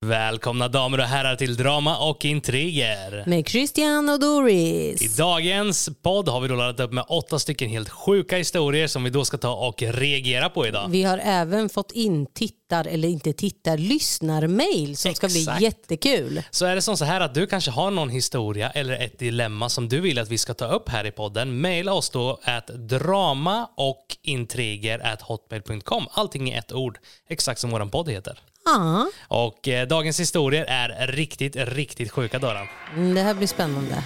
Välkomna damer och herrar till Drama och Intriger med Christian och Doris. I dagens podd har vi då laddat upp med 8 stycken helt sjuka historier som vi då ska ta och reagera på idag. Vi har även fått in lyssnarmail som ska bli jättekul. Så är det så här att du kanske har någon historia eller ett dilemma som du vill att vi ska ta upp här i podden. Maila oss då dramaochintriger@hotmail.com. Allting i ett ord, exakt som våran podd heter. Och dagens historier är riktigt sjuka, Dora. Det här blir spännande.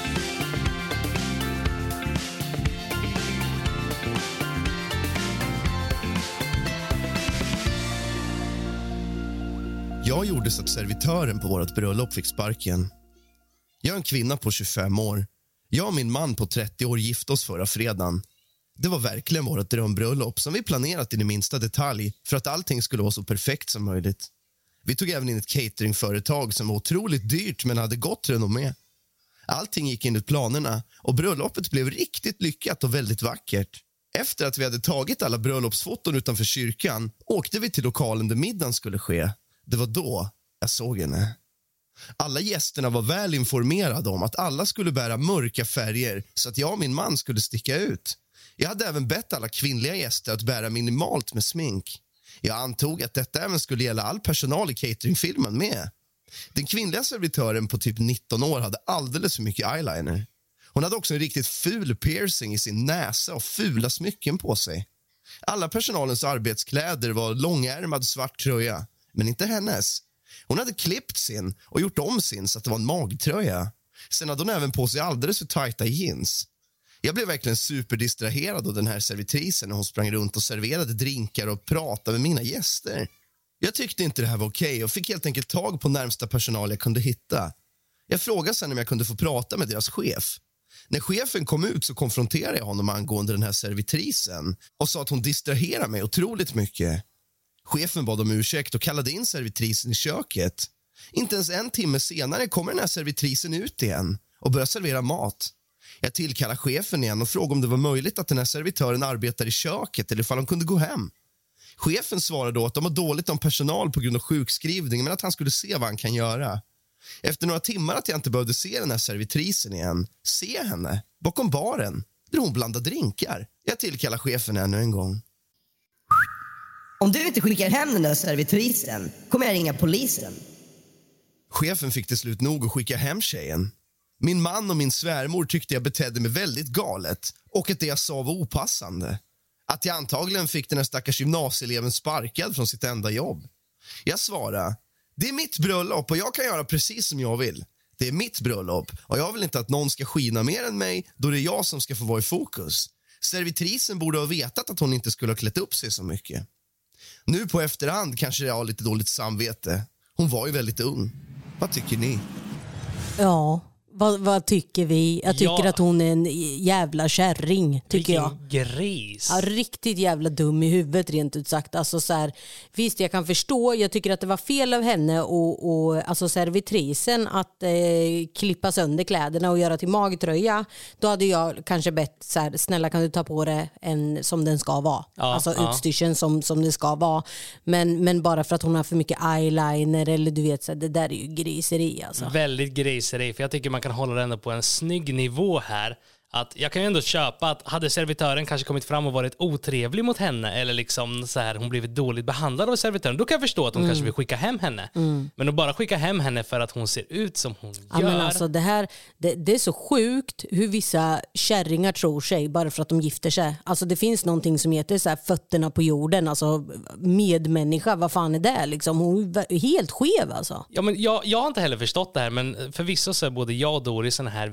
Jag gjorde så att servitören på vårt bröllop fick sparken. Jag är en kvinna på 25 år. Jag och min man på 30 år gifte oss förra fredagen. Det var verkligen vårt drömbröllop som vi planerat i den minsta detalj för att allting skulle vara så perfekt som möjligt. Vi tog även in ett cateringföretag som var otroligt dyrt men hade gott renommé. Allting gick enligt planerna och bröllopet blev riktigt lyckat och väldigt vackert. Efter att vi hade tagit alla bröllopsfoton utanför kyrkan åkte vi till lokalen där middagen skulle ske. Det var då jag såg henne. Alla gästerna var väl informerade om att alla skulle bära mörka färger så att jag och min man skulle sticka ut. Jag hade även bett alla kvinnliga gäster att bära minimalt med smink. Jag antog att detta även skulle gälla all personal i cateringfilmen med. Den kvinnliga servitören på typ 19 år hade alldeles för mycket eyeliner. Hon hade också en riktigt ful piercing i sin näsa och fula smycken på sig. Alla personalens arbetskläder var långärmad svart tröja, men inte hennes. Hon hade klippt sin och gjort om sin så att det var en magtröja. Sen hade hon även på sig alldeles för tajta jeans. Jag blev verkligen superdistraherad av den här servitrisen när hon sprang runt och serverade drinkar och pratade med mina gäster. Jag tyckte inte det här var okej och fick helt enkelt tag på närmsta personal jag kunde hitta. Jag frågade sen om jag kunde få prata med deras chef. När chefen kom ut så konfronterade jag honom angående den här servitrisen och sa att hon distraherar mig otroligt mycket. Chefen bad om ursäkt och kallade in servitrisen i köket. Inte ens en timme senare kommer den här servitrisen ut igen och börjar servera mat. Jag tillkallade chefen igen och frågade om det var möjligt att den här servitören arbetar i köket eller ifall de kunde gå hem. Chefen svarade då att de har dåligt om personal på grund av sjukskrivning men att han skulle se vad han kan göra. Efter några timmar att jag inte behövde se den här servitrisen igen, se henne bakom baren där hon blandade drinkar. Jag tillkallade chefen ännu en gång. Om du inte skickar hem den där servitrisen kommer jag ringa polisen. Chefen fick till slut nog att skicka hem tjejen. Min man och min svärmor tyckte jag betedde mig väldigt galet och att det jag sa var opassande. Att jag antagligen fick den här stackars gymnasieeleven sparkad från sitt enda jobb. Jag svarade, det är mitt bröllop och jag kan göra precis som jag vill. Det är mitt bröllop och jag vill inte att någon ska skina mer än mig då det är jag som ska få vara i fokus. Servitrisen borde ha vetat att hon inte skulle ha klätt upp sig så mycket. Nu på efterhand kanske jag har lite dåligt samvete. Hon var ju väldigt ung. Vad tycker ni? Ja, vad tycker vi? Jag tycker att hon är en jävla kärring, tycker jag. Gris. Ja, riktigt jävla dum i huvudet rent ut sagt. Alltså så här, visst jag kan förstå, jag tycker att det var fel av henne och alltså servitrisen att klippa sönder kläderna och göra till magtröja. Då hade jag kanske bett så här, snälla kan du ta på det en som den ska vara. Utstyrseln som det ska vara. Men bara för att hon har för mycket eyeliner eller du vet så här, det där är ju griseri alltså. Väldigt griseri, för jag tycker man kan hålla den på en snygg nivå här. Att jag kan ju ändå köpa att hade servitören kanske kommit fram och varit otrevlig mot henne eller liksom så här, hon blivit dåligt behandlad av servitören, då kan jag förstå att hon kanske vill skicka hem henne. Men att bara skicka hem henne för att hon ser ut som hon gör. Men alltså det är så sjukt hur vissa kärringar tror sig bara för att de gifter sig. Alltså det finns någonting som heter så här fötterna på jorden, alltså medmänniska, vad fan är det liksom? Hon är helt skev alltså. Ja, men jag har inte heller förstått det här, men förvisso så är både jag och Doris här,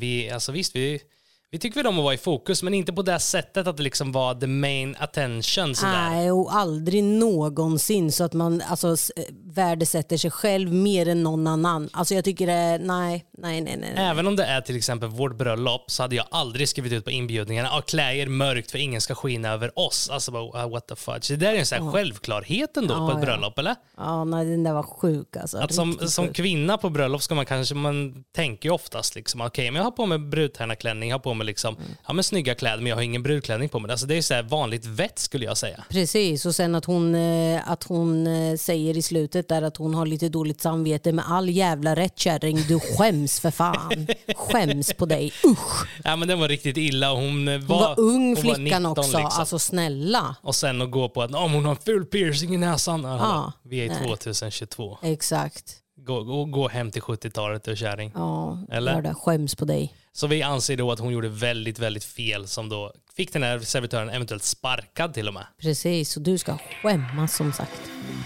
vi tycker väl om att vara i fokus, men inte på det sättet att det liksom var the main attention. Nej, och aldrig någonsin så att man alltså, värdesätter sig själv mer än någon annan. Alltså jag tycker det nej. Även om det är till exempel vårt bröllop så hade jag aldrig skrivit ut på inbjudningarna klä er mörkt för ingen ska skina över oss. Alltså what the fudge. Det där är en sån här självklarhet ändå på ett bröllop, eller? Ja, nej, den där var sjuk alltså. Att som kvinna på bröllop ska man tänker ju oftast liksom, okej, men jag har på mig brudtärnaklänning, jag har på mig med liksom, ja, men snygga kläder, men jag har ingen brudklänning på mig. Alltså det är så här vanligt vett skulle jag säga. Precis, och sen att hon säger i slutet där att hon har lite dåligt samvete med all jävla rätt, kärring. Du skäms för fan. Skäms på dig. Usch. Ja, men den var riktigt illa. Hon var ung flickan var 19, också, liksom. alltså snälla. Och sen att gå på att hon har en ful piercing i näsan. Ja, vi är 2022. Exakt. Gå hem till 70-talet och kärring. Ja, eller? Det skäms på dig. Så vi anser då att hon gjorde väldigt, väldigt fel som då fick den här servitören eventuellt sparkad till och med. Precis, och du ska skämmas som sagt.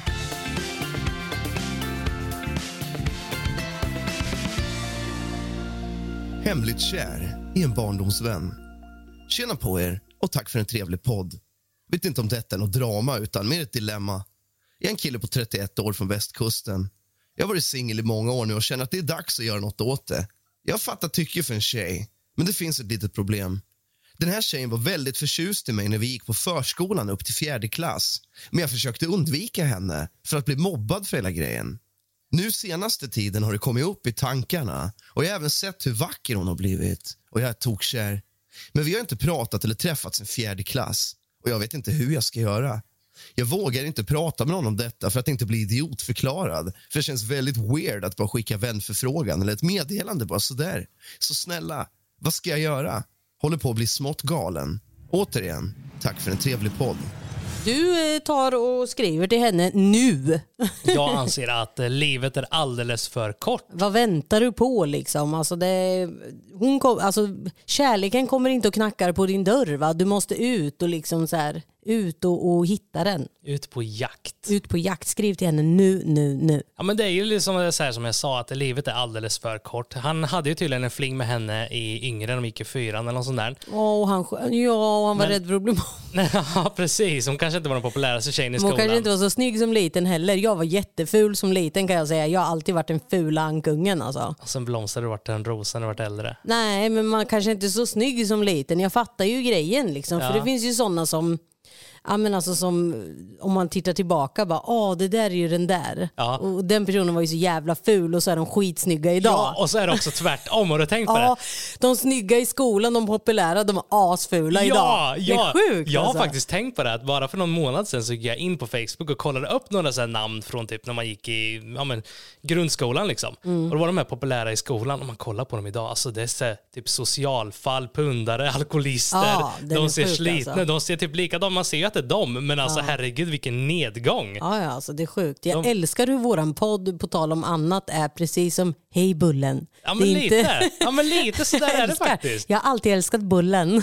Hemligt kär i en barndomsvän. Tjena på er och tack för en trevlig podd. Vet inte om detta är något drama utan mer ett dilemma. Jag är en kille på 31 år från västkusten. Jag har varit singel i många år nu och känner att det är dags att göra något åt det. Jag har fattat tycke för en tjej, men det finns ett litet problem. Den här tjejen var väldigt förtjust i mig när vi gick på förskolan upp till 4:e klass. Men jag försökte undvika henne för att bli mobbad för hela grejen. Nu senaste tiden har det kommit upp i tankarna och jag har även sett hur vacker hon har blivit. Och jag är tokkär. Men vi har inte pratat eller träffats sen 4:e klass och jag vet inte hur jag ska göra. Jag vågar inte prata med någon om detta för att inte bli idiotförklarad. För det känns väldigt weird att bara skicka vänförfrågan eller ett meddelande bara sådär. Så snälla, vad ska jag göra? Håller på att bli smått galen. Återigen, tack för en trevlig podd. Du tar och skriver till henne nu. Jag anser att livet är alldeles för kort. Vad väntar du på liksom? Alltså kärleken kommer inte och knackar på din dörr, va? Du måste ut och liksom så här, ut och hitta den. Ut på jakt. Ut på jakt. Skriv till henne nu. Ja, men det är ju liksom så här som jag sa, att livet är alldeles för kort. Han hade ju tydligen en fling med henne i yngre, de gick i 4 eller något sånt där. Han var rädd för att bli Ja, precis. Hon kanske inte var den populäraste tjejen i skolan. Hon kanske inte var så snygg som liten heller. Jag var jätteful som liten kan jag säga. Jag har alltid varit en fula ankungen alltså. Och sen blomstrade du vart en rosa när du vart äldre. Nej, men man kanske inte är så snygg som liten. Jag fattar ju grejen liksom. Ja. För det finns ju sådana som... Ja, men alltså som om man tittar tillbaka bara, det där är ju den där. Ja. Och den personen var ju så jävla ful och så är de skitsnygga idag. Ja, och så är det också tvärtom. Har du tänkt på det? De snygga i skolan, de populära, de är asfula idag. Det är sjukt. Jag alltså. har faktiskt tänkt på det. Att bara för någon månad sedan så gick jag in på Facebook och kollade upp några så här namn från typ när man gick i grundskolan liksom. Och då var de här populära i skolan. Och man kollar på dem idag. Alltså det är så här, typ socialfall, pundare, alkoholister. De ser slitna, alltså. De ser typ likadant. Man ser ju att det är dem, men alltså herregud vilken nedgång. Ja, alltså det är sjukt. Jag älskar hur våran podd på tal om annat är precis som Hej Bullen. Ja, men lite. Ja, men lite så där är det faktiskt. Jag har alltid älskat Bullen.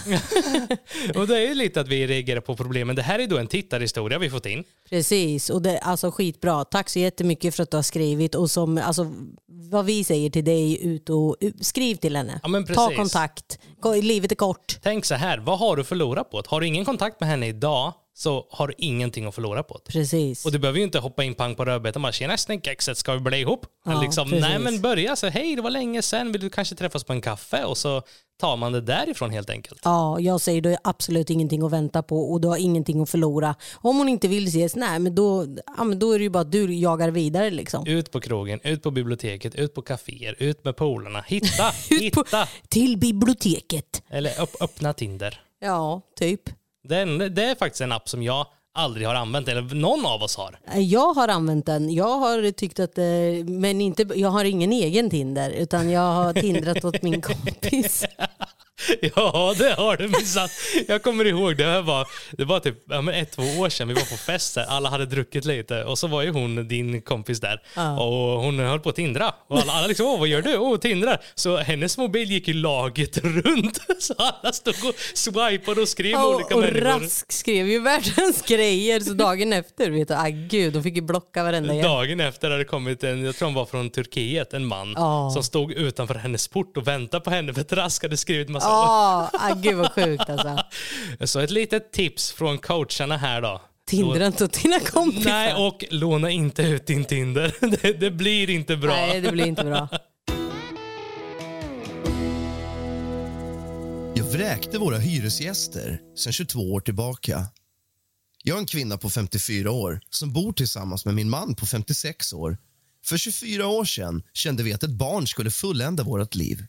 Och det är ju lite att vi reagerar på problemen. Det här är då en tittarhistoria vi fått in. Precis, och det alltså skitbra. Tack så jättemycket för att du har skrivit. Och som, alltså, vad vi säger till dig, ut och skriv till henne. Ja, men ta kontakt. Livet är kort. Tänk så här, vad har du förlorat på? Har du ingen kontakt med henne idag så har du ingenting att förlora på. Precis. Och du behöver ju inte hoppa in pang på rödbetan och bara tjena snickexet, ska vi bli ihop? Ja, liksom, nej men börja så hej det var länge sedan, vill du kanske träffas på en kaffe? Och så tar man det därifrån helt enkelt. Ja, jag säger det är absolut ingenting att vänta på och du har ingenting att förlora. Om hon inte vill ses, nej men då är det ju bara att du jagar vidare liksom. Ut på krogen, ut på biblioteket, ut på kaféer, ut med polarna, hitta. Till biblioteket. Eller öppna Tinder. Ja, typ. Det är faktiskt en app som jag aldrig har använt, eller någon av oss har. Jag har använt den. Jag har tyckt att, men inte, jag har ingen egen Tinder utan jag har tindrat åt min kompis. Ja, det har du minsann. Jag kommer ihåg, det var typ 1-2 år sedan vi var på fest där. Alla hade druckit lite och så var ju hon, din kompis där. Och hon höll på att tindra. Och alla liksom, vad gör du? Tindrar. Så hennes mobil gick ju laget runt. Så alla stod och swipade och skrev olika människor. Och Rask skrev ju världens grejer. Så dagen efter, vet du, gud, de fick ju blocka varenda igen. Dagen efter hade det kommit jag tror han var från Turkiet, en man som stod utanför hennes port och väntade på henne för att Rask hade skrivit massa. Gud vad sjukt alltså. Så ett litet tips från coacherna här då. Tindra inte åt dina kompisar. Nej, och låna inte ut din Tinder. Det blir inte bra. Nej, det blir inte bra. Jag vräkte våra hyresgäster sedan 22 år tillbaka. Jag är en kvinna på 54 år som bor tillsammans med min man på 56 år. För 24 år sedan kände vi att ett barn skulle fullända vårt liv.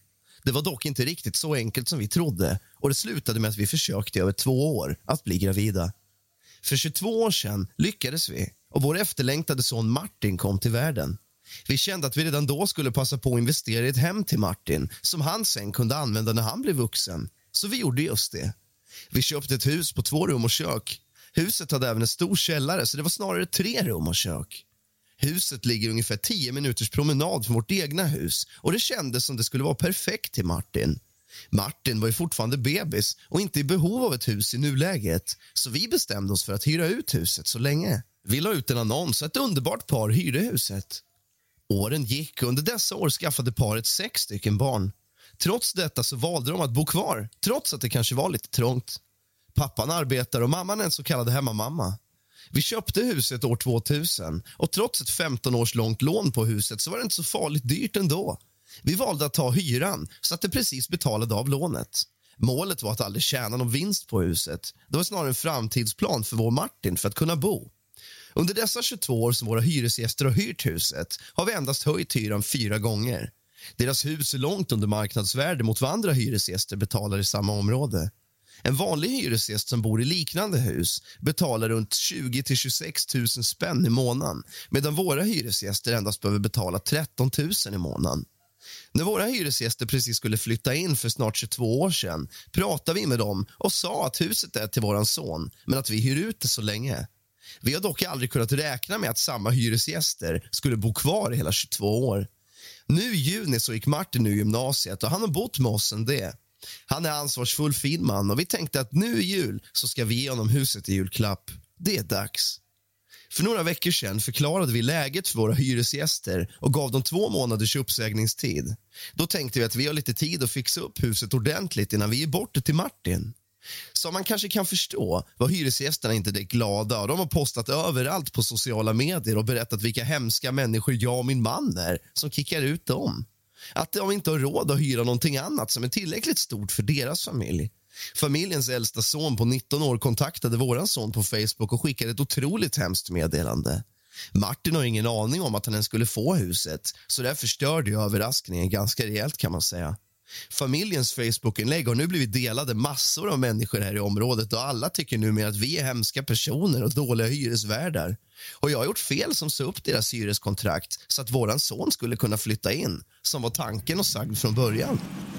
Det var dock inte riktigt så enkelt som vi trodde och det slutade med att vi försökte i över 2 år att bli gravida. För 22 år sedan lyckades vi och vår efterlängtade son Martin kom till världen. Vi kände att vi redan då skulle passa på att investera i ett hem till Martin som han sen kunde använda när han blev vuxen. Så vi gjorde just det. Vi köpte ett hus på 2 rum och kök. Huset hade även en stor källare så det var snarare 3 rum och kök. Huset ligger ungefär 10 minuters promenad från vårt egna hus och det kändes som det skulle vara perfekt till Martin. Martin var ju fortfarande bebis och inte i behov av ett hus i nuläget så vi bestämde oss för att hyra ut huset så länge. Vi la ut en annons och ett underbart par hyrde huset. Åren gick och under dessa år skaffade paret 6 stycken barn. Trots detta så valde de att bo kvar, trots att det kanske var lite trångt. Pappan arbetar och mamman är en så kallad hemmamamma. Vi köpte huset år 2000 och trots ett 15 års långt lån på huset så var det inte så farligt dyrt ändå. Vi valde att ta hyran så att det precis betalade av lånet. Målet var att aldrig tjäna någon vinst på huset. Det var snarare en framtidsplan för vår Martin för att kunna bo. Under dessa 22 år som våra hyresgäster har hyrt huset har vi endast höjt hyran 4 gånger. Deras hus är långt under marknadsvärde mot vad andra hyresgäster betalar i samma område. En vanlig hyresgäst som bor i liknande hus betalar runt 20 till 26 000 spänn i månaden medan våra hyresgäster endast behöver betala 13 000 i månaden. När våra hyresgäster precis skulle flytta in för snart 22 år sedan pratade vi med dem och sa att huset är till våran son men att vi hyr ut det så länge. Vi har dock aldrig kunnat räkna med att samma hyresgäster skulle bo kvar i hela 22 år. Nu i juni så gick Martin ur gymnasiet och han har bott med oss sedan det. Han är ansvarsfull fin man och vi tänkte att nu i jul så ska vi ge honom huset i julklapp. Det är dags. För några veckor sedan förklarade vi läget för våra hyresgäster och gav dem 2 månaders uppsägningstid. Då tänkte vi att vi har lite tid att fixa upp huset ordentligt innan vi ger bort det till Martin. Så man kanske kan förstå var hyresgästerna inte är glada och de har postat överallt på sociala medier och berättat vilka hemska människor jag och min man är som kickar ut dem. Att de inte har råd att hyra någonting annat som är tillräckligt stort för deras familj. Familjens äldsta son på 19 år kontaktade våran son på Facebook och skickade ett otroligt hemskt meddelande. Martin har ingen aning om att han ens skulle få huset så det förstörde ju överraskningen ganska rejält kan man säga. Familjens Facebook-inlägg har nu blivit delade massor av människor här i området och alla tycker numera att vi är hemska personer och dåliga hyresvärdar. Och jag har gjort fel som sa upp deras hyreskontrakt så att våran son skulle kunna flytta in, som var tanken och sagd från början.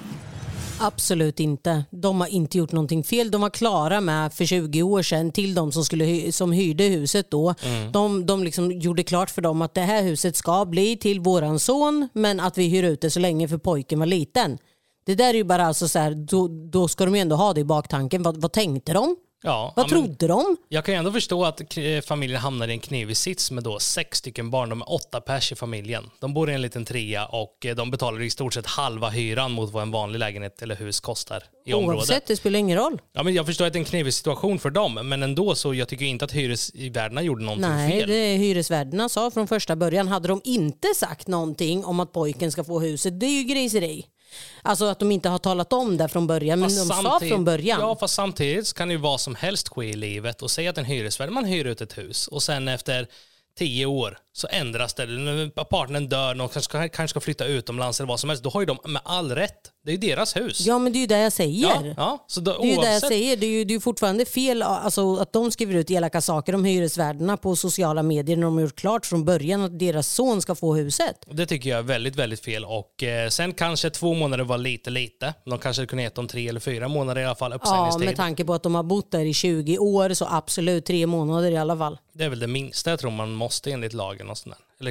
Absolut inte. De har inte gjort någonting fel. De var klara med för 20 år sedan till de som hyrde huset då. De liksom gjorde klart för dem att det här huset ska bli till våran son men att vi hyr ut det så länge för pojken var liten. Det där är ju bara alltså så här, då ska de ju ändå ha det i baktanken. Vad tänkte de? Ja, vad trodde de? Jag kan ju ändå förstå att familjen hamnar i en knivig sits med då 6 stycken barn. De är 8 pers i familjen. De bor i en liten trea och de betalar i stort sett halva hyran mot vad en vanlig lägenhet eller hus kostar i området. Oavsett, det spelar ingen roll. Ja, men jag förstår att det är en knivig situation för dem, men ändå så jag tycker inte att hyresvärdarna gjorde någonting fel. Nej, det hyresvärdarna sa från första början. Hade de inte sagt någonting om att pojken ska få huset, det är ju griseri. Alltså att de inte har talat om det från början, men de sa från början. Ja, fast samtidigt kan det ju vad som helst ske i livet och säga att en hyresvärd, man hyr ut ett hus och sen efter 10 år så ändras det. När partnern dör, någon kanske ska flytta utomlands eller vad som helst, då har ju de med all rätt. Det är ju deras hus. Ja, men det är ju det jag säger. Ja, så då, det är ju det jag säger. Det är ju fortfarande fel alltså, att de skriver ut elaka saker om hyresvärdarna på sociala medier när de har gjort klart från början att deras son ska få huset. Det tycker jag är väldigt, väldigt fel. Och sen kanske 2 månader var lite. De kanske kunde gett dem 3 eller 4 månader i alla fall uppsägningstid. Ja, med tanke på att de har bott där i 20 år så absolut 3 månader i alla fall. Det är väl det minsta jag tror man måste enligt lagen och sådär. Eller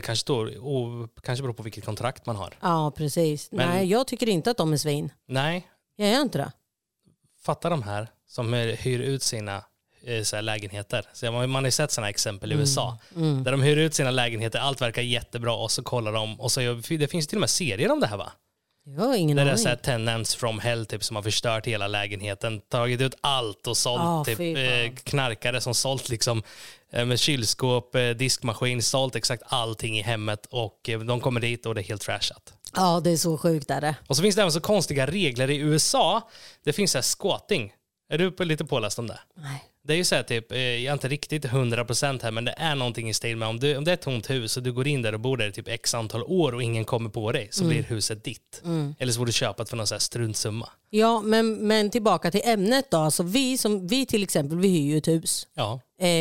kanske beror på vilket kontrakt man har. Ja, precis. Men, nej, jag tycker inte att de är svin. Nej. Jag är inte det. Fattar de här som hyr ut sina så här lägenheter. Så man har ju sett sådana exempel i USA. Där de hyr ut sina lägenheter, allt verkar jättebra och så kollar de. Och så, det finns till och med serier om det här va? Jag har ingen aning. Det är så här tenants from hell typ, som har förstört hela lägenheten. Tagit ut allt och sålt knarkare som sålt liksom med kylskåp, diskmaskin, sålt exakt allting i hemmet och de kommer dit och det är helt trashat. Ja, det är så sjukt är det. Och så finns det även så konstiga regler i USA. Det finns så här squatting. Är du lite påläst om det? Nej. Det är ju så här typ, jag är inte riktigt 100% här, men det är någonting i stil med om det är ett tomt hus och du går in där och bor där i typ x antal år och ingen kommer på dig, så blir huset ditt. Eller så får du köpa det för någon så här struntsumma. Ja, men tillbaka till ämnet då. Alltså vi till exempel, vi hyr ju ett hus. Ja.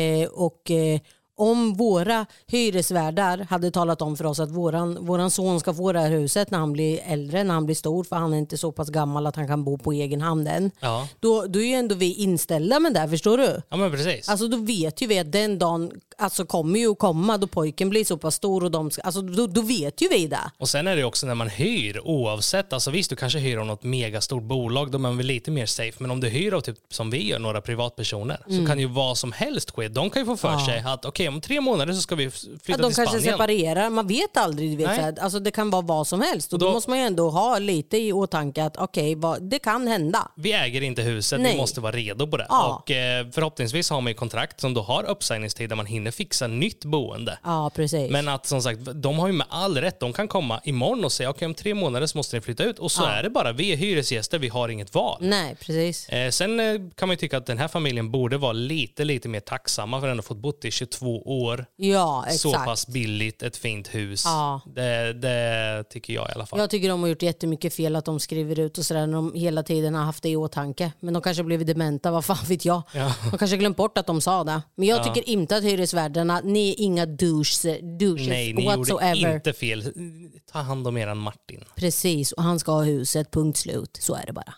Om våra hyresvärdar hade talat om för oss att våran son ska få det här huset när han blir äldre, när han blir stor, för han är inte så pass gammal att han kan bo på egen hand än. Ja. Då är ju ändå vi inställda med det, förstår du? Ja, men precis. Alltså då vet ju vi att den dagen kommer ju att komma då pojken blir så pass stor och då vet ju vi det. Och sen är det också när man hyr, oavsett, alltså visst du kanske hyr av något megastort bolag, då är man väl lite mer safe, men om du hyr av typ som vi gör, några privatpersoner, så kan ju vad som helst ske. De kan ju få för sig att okej, om 3 månader så ska vi flytta till Spanien. De kanske separerar, man vet aldrig, du vet, så här, alltså det kan vara vad som helst och då måste man ju ändå ha lite i åtanke att det kan hända. Vi äger inte huset, vi måste vara redo på det. Ja. Och förhoppningsvis har man ju kontrakt som då har uppsägningstid där man hinner fixa nytt boende. Ja, precis. Men att som sagt, de har ju med all rätt, de kan komma imorgon och säga okej, om 3 månader så måste ni flytta ut, och så är det bara, vi är hyresgäster, vi har inget val. Nej, precis. Sen kan man ju tycka att den här familjen borde vara lite mer tacksamma för att den har fått bott i 22 år. Ja, exakt. Så pass billigt, ett fint hus. Ja. Det tycker jag i alla fall. Jag tycker de har gjort jättemycket fel att de skriver ut och sådär när de hela tiden har haft det i åtanke. Men de kanske blivit dementa, vad fan vet jag. Ja. De kanske glömt bort att de sa det. Men jag tycker inte att hyresvärdarna, ni är inga douches Nej, ni whatsoever. gjorde inte fel. Ta hand om eran Martin. Precis, och han ska ha huset, punkt slut. Så är det bara.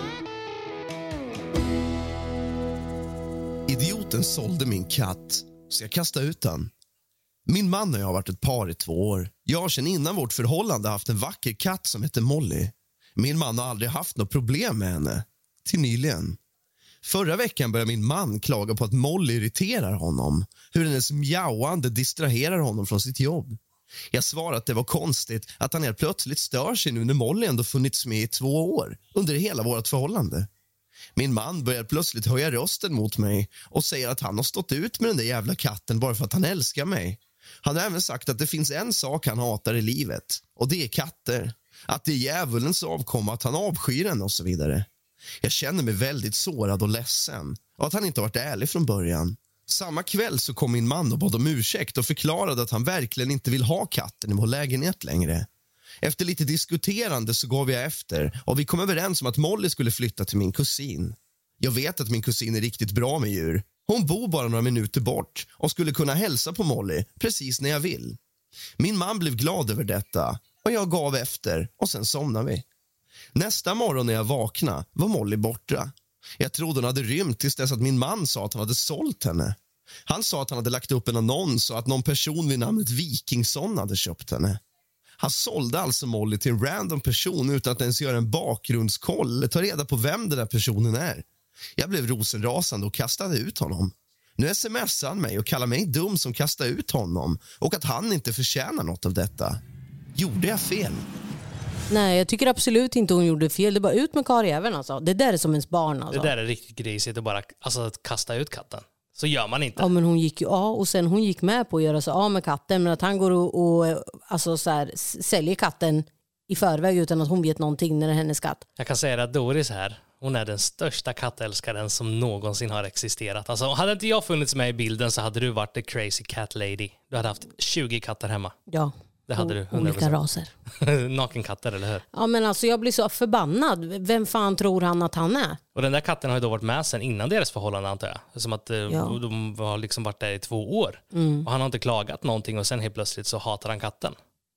Idioten sålde min katt, så jag kastade ut den. Min man och jag har varit ett par i 2 år. Jag har sedan innan vårt förhållande haft en vacker katt som heter Molly. Min man har aldrig haft något problem med henne. Till nyligen. Förra veckan började min man klaga på att Molly irriterar honom. Hur hennes mjauande distraherar honom från sitt jobb. Jag svarade att det var konstigt att han helt plötsligt stör sig nu när Molly ändå funnits med i 2 år. Under hela vårt förhållande. Min man börjar plötsligt höja rösten mot mig och säger att han har stått ut med den där jävla katten bara för att han älskar mig. Han har även sagt att det finns en sak han hatar i livet, och det är katter. Att det är djävulens avkomma, att han avskyr den och så vidare. Jag känner mig väldigt sårad och ledsen, och att han inte varit ärlig från början. Samma kväll så kom min man och bad om ursäkt och förklarade att han verkligen inte vill ha katten i vår lägenhet längre. Efter lite diskuterande så gav jag efter, och vi kom överens om att Molly skulle flytta till min kusin. Jag vet att min kusin är riktigt bra med djur. Hon bor bara några minuter bort och skulle kunna hälsa på Molly precis när jag vill. Min man blev glad över detta och jag gav efter, och sen somnade vi. Nästa morgon när jag vaknade var Molly borta. Jag trodde hon hade rymt tills dess att min man sa att han hade sålt henne. Han sa att han hade lagt upp en annons och att någon person vid namnet Wikingsson hade köpt henne. Han sålde alltså Molly till en random person utan att ens göra en bakgrundskoll eller ta reda på vem den där personen är. Jag blev rosenrasande och kastade ut honom. Nu smsar han mig och kallar mig dum som kastar ut honom och att han inte förtjänar något av detta. Gjorde jag fel? Nej, jag tycker absolut inte hon gjorde fel. Det är bara ut med karjäveln alltså. Det där är som ens barn alltså. Det där är riktigt grisigt att bara att kasta ut katten. Så gör man inte. Ja, men hon gick ju och sen hon gick med på att göra sig av med katten, men att han går och alltså så här, säljer katten i förväg utan att hon vet någonting när det är hennes katt. Jag kan säga att Doris här, hon är den största kattälskaren som någonsin har existerat. Alltså, hade inte jag funnits med i bilden så hade du varit the crazy cat lady. Du hade haft 20 katter hemma. Ja. Det hade du 100%. Olika raser. Nakenkatter, eller hur? Ja, men alltså jag blir så förbannad. Vem fan tror han att han är? Och den där katten har ju då varit med sen innan deras förhållande, antar jag. Som att de har liksom varit där i 2 år. Och han har inte klagat någonting och sen helt plötsligt så hatar han katten.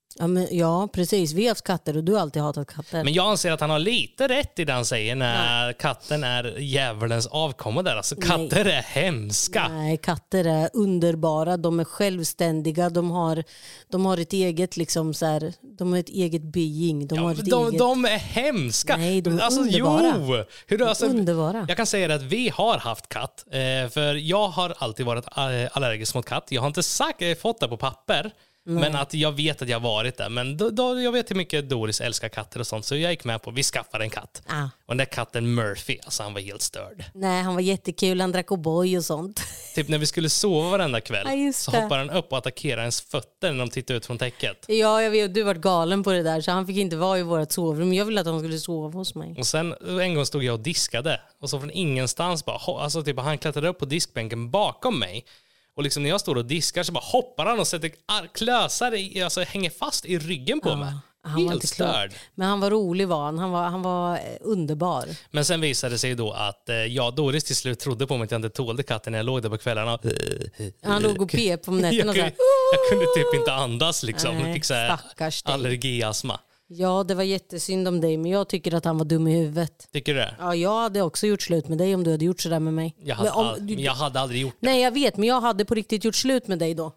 Ja, precis. Vi har haft katter och du har alltid hatat katter. Men jag anser att han har lite rätt i det han säger när katten är djävulens avkomma där. Alltså katter är hemska. Nej, katter är underbara. De är självständiga. De har ett eget liksom så här, de har ett eget being. De är hemska. Nej, de är underbara. Underbara. Jag kan säga att vi har haft katt. För jag har alltid varit allergisk mot katt. Jag har inte fått det på papper. Men att jag vet att jag varit där. Men då jag vet hur mycket Doris älskar katter och sånt. Så jag gick med på, vi skaffade en katt. Och den där katten Murphy, alltså han var helt störd. Nej, han var jättekul, han drack O'boy och sånt. Typ när vi skulle sova varenda kväll så det. hoppar han upp och attackerar ens fötter när de tittar ut från täcket. Ja, jag vet, du var galen på det där så han fick inte vara i vårt sovrum. Jag ville att han skulle sova hos mig. Och sen en gång stod jag och diskade och så från ingenstans bara, alltså typ han klättrade upp på diskbänken bakom mig. Och liksom när jag står och diskar så bara hoppar han och sätter klösar alltså hänger fast i ryggen på mig. Han var inte störd. Men han var rolig han var underbar. Men sen visade det sig då att Doris till slut trodde på mig att jag inte tålde katten när jag låg där på kvällarna. Han låg och pep om nätterna. Jag kunde typ inte andas liksom. Jag fick så här allergiastma. Ja, det var jättesynd om dig, men jag tycker att han var dum i huvudet. Tycker du det? Ja, jag hade också gjort slut med dig om du hade gjort sådär med mig. Jag hade aldrig gjort det. Nej, jag vet, men jag hade på riktigt gjort slut med dig då.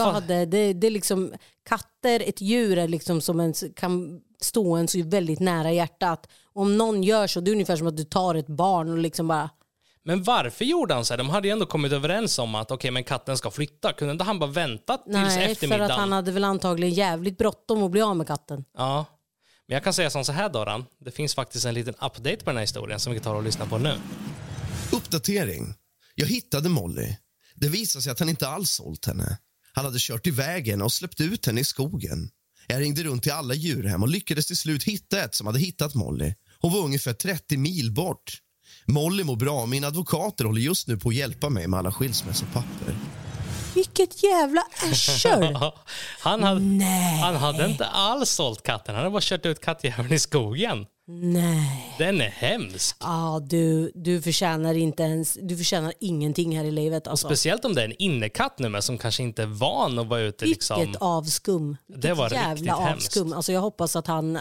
Det är liksom, katter, ett djur är liksom som kan stå en så väldigt nära hjärtat. Om någon gör så, det är ungefär som att du tar ett barn och liksom bara... Men varför gjorde han så här? De hade ju ändå kommit överens om att okej, men katten ska flytta. Kunde inte han bara vänta tills eftermiddagen? Nej, för att han hade väl antagligen jävligt bråttom att bli av med katten. Ja, men jag kan säga som så här, Doran. Det finns faktiskt en liten update på den här historien som vi kan ta och lyssna på nu. Uppdatering. Jag hittade Molly. Det visade sig att han inte alls sålt henne. Han hade kört i vägen och släppt ut henne i skogen. Jag ringde runt till alla djurhem och lyckades till slut hitta ett som hade hittat Molly. Hon var ungefär 30 mil bort. Molly mår bra. Min advokater håller just nu på att hjälpa mig med alla skilsmässopapper. Vilket jävla äschor! Han hade inte alls sålt katten. Han hade bara kört ut kattjäveln i skogen. Nej. Den är hemsk. Ja, du förtjänar ingenting här i livet. Alltså. Speciellt om det är en innekatt nu med som kanske inte är van att vara ute. Vilket avskum. Det var jävla avskum. Hemskt. Alltså, jag hoppas att han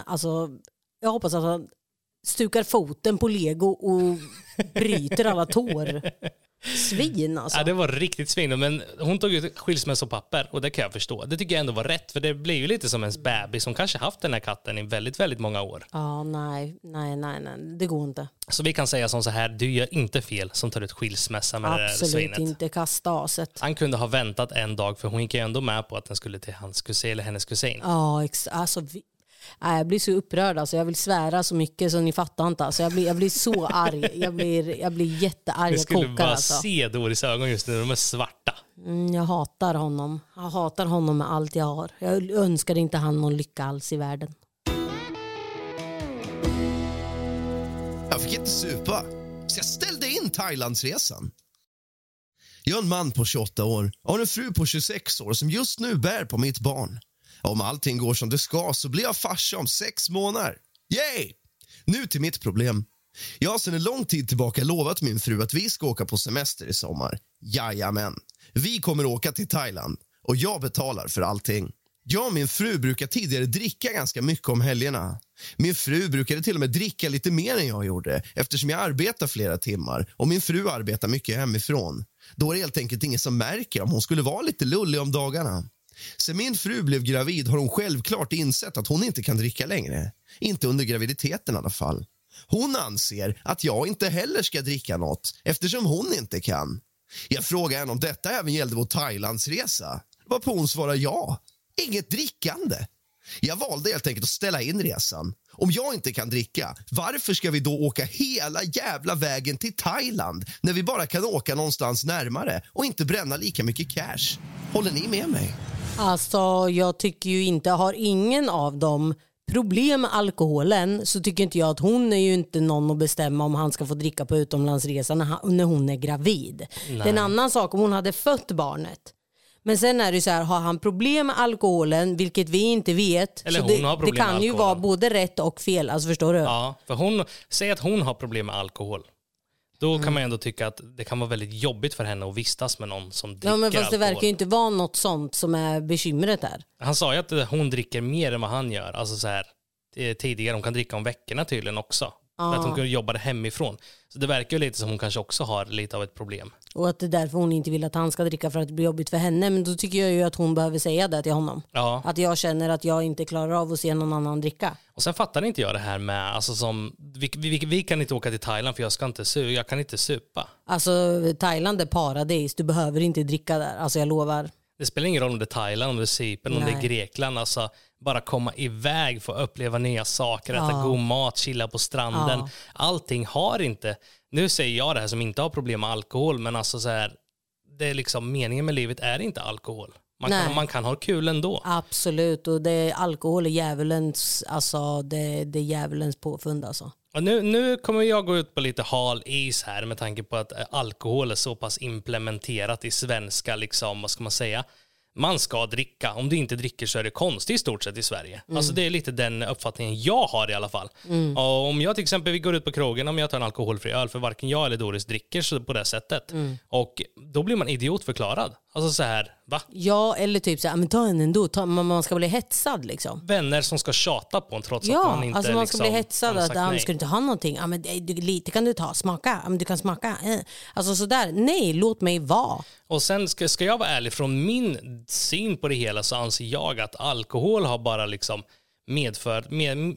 stukar foten på Lego och bryter alla tår. Svin alltså. Ja, det var riktigt svin. Men hon tog ut skilsmässopapper och det kan jag förstå. Det tycker jag ändå var rätt, för det blir ju lite som ens bebis som kanske haft den här katten i väldigt, väldigt många år. Ja, nej, det går inte. Så vi kan säga som så här, du gör inte fel som tar ut skilsmässa med det där svinet. Absolut inte, kasta aset. Han kunde ha väntat en dag, för hon gick ju ändå med på att den skulle till hans kusin eller hennes kusin. Ja, alltså jag blir så upprörd, alltså. Jag vill svära så mycket så ni fattar inte. Alltså, jag blir så arg. Jag blir jättearg. Jag skulle bara alltså. se Doris ögon just nu, de är svarta. Jag hatar honom. Jag hatar honom med allt jag har. Jag önskar inte han någon lycka alls i världen. Jag fick inte supa, så jag ställde in Thailandsresan. Jag är en man på 28 år och har en fru på 26 år som just nu bär på mitt barn. Om allting går som det ska så blir jag farsa om 6 månader. Yay! Nu till mitt problem. Jag har sedan en lång tid tillbaka lovat min fru att vi ska åka på semester i sommar. Jajamän. Vi kommer åka till Thailand och jag betalar för allting. Jag och min fru brukar tidigare dricka ganska mycket om helgerna. Min fru brukade till och med dricka lite mer än jag gjorde eftersom jag arbetar flera timmar och min fru arbetar mycket hemifrån. Då är det helt enkelt ingen som märker om hon skulle vara lite lullig om dagarna. Sen min fru blev gravid har hon självklart insett att hon inte kan dricka längre. Inte under graviditeten i alla fall. Hon anser att jag inte heller ska dricka något eftersom hon inte kan. Jag frågar henne om detta även gällde vår Thailandsresa. Varpå hon svarar ja. Inget drickande. Jag valde helt enkelt att ställa in resan. Om jag inte kan dricka, varför ska vi då åka hela jävla vägen till Thailand när vi bara kan åka någonstans närmare och inte bränna lika mycket cash? Håller ni med mig? Alltså, jag tycker ju inte, har ingen av dem problem med alkoholen så tycker inte jag att hon är ju inte någon att bestämma om han ska få dricka på utomlandsresan när hon är gravid. Nej. Det är en annan sak om hon hade fött barnet. Men sen är det så här, har han problem med alkoholen, vilket vi inte vet. Eller så hon har problem det kan med ju vara både rätt och fel, alltså förstår du? Ja, för säger att hon har problem med alkohol. Då kan man ändå tycka att det kan vara väldigt jobbigt för henne att vistas med någon som dricker alkohol. Ja, men fast det verkar ju inte vara något sånt som är bekymret där. Han sa ju att hon dricker mer än vad han gör. Alltså så här, tidigare, hon kan dricka om veckorna tydligen också. För att hon jobbar hemifrån. Så det verkar ju lite som hon kanske också har lite av ett problem. Och att det är därför hon inte vill att han ska dricka för att det blir jobbigt för henne. Men då tycker jag ju att hon behöver säga det till honom. Ja. Att jag känner att jag inte klarar av att se någon annan dricka. Och sen fattar inte jag det här med, alltså som, vi kan inte åka till Thailand för jag kan inte supa. Alltså Thailand är paradis, du behöver inte dricka där, alltså jag lovar. Det spelar ingen roll om det är Thailand, om det är Cypern, om det är Grekland. Alltså, bara komma iväg, få uppleva nya saker, äta god mat, chilla på stranden. Ja. Allting har inte... Nu säger jag det här som inte har problem med alkohol, men alltså så här, det är liksom, meningen med livet är inte alkohol. Man kan ha kul ändå. Absolut, och alkohol är djävulens, alltså det är djävulens påfund alltså. Och nu kommer jag gå ut på lite hal is här med tanke på att alkohol är så pass implementerat i svenska, liksom, vad ska man säga? Man ska dricka. Om du inte dricker så är det konstigt i stort sett i Sverige. Alltså det är lite den uppfattningen jag har i alla fall. Och om jag till exempel, vi går ut på krogen, om jag tar en alkoholfri öl, för varken jag eller Doris dricker så på det sättet. Och då blir man idiotförklarad. Alltså så här, va? Ja, eller typ så här, men ta en ändå. Man ska bli hetsad liksom. Vänner som ska tjata på en trots att man inte alltså man ska liksom, bli hetsad att ska du inte ha någonting. Ja, men lite kan du ta, smaka. Ja, men du kan smaka. Alltså så där. Nej, låt mig vara. Och sen ska jag vara ärlig, från min syn på det hela så anser jag att alkohol har bara liksom medfört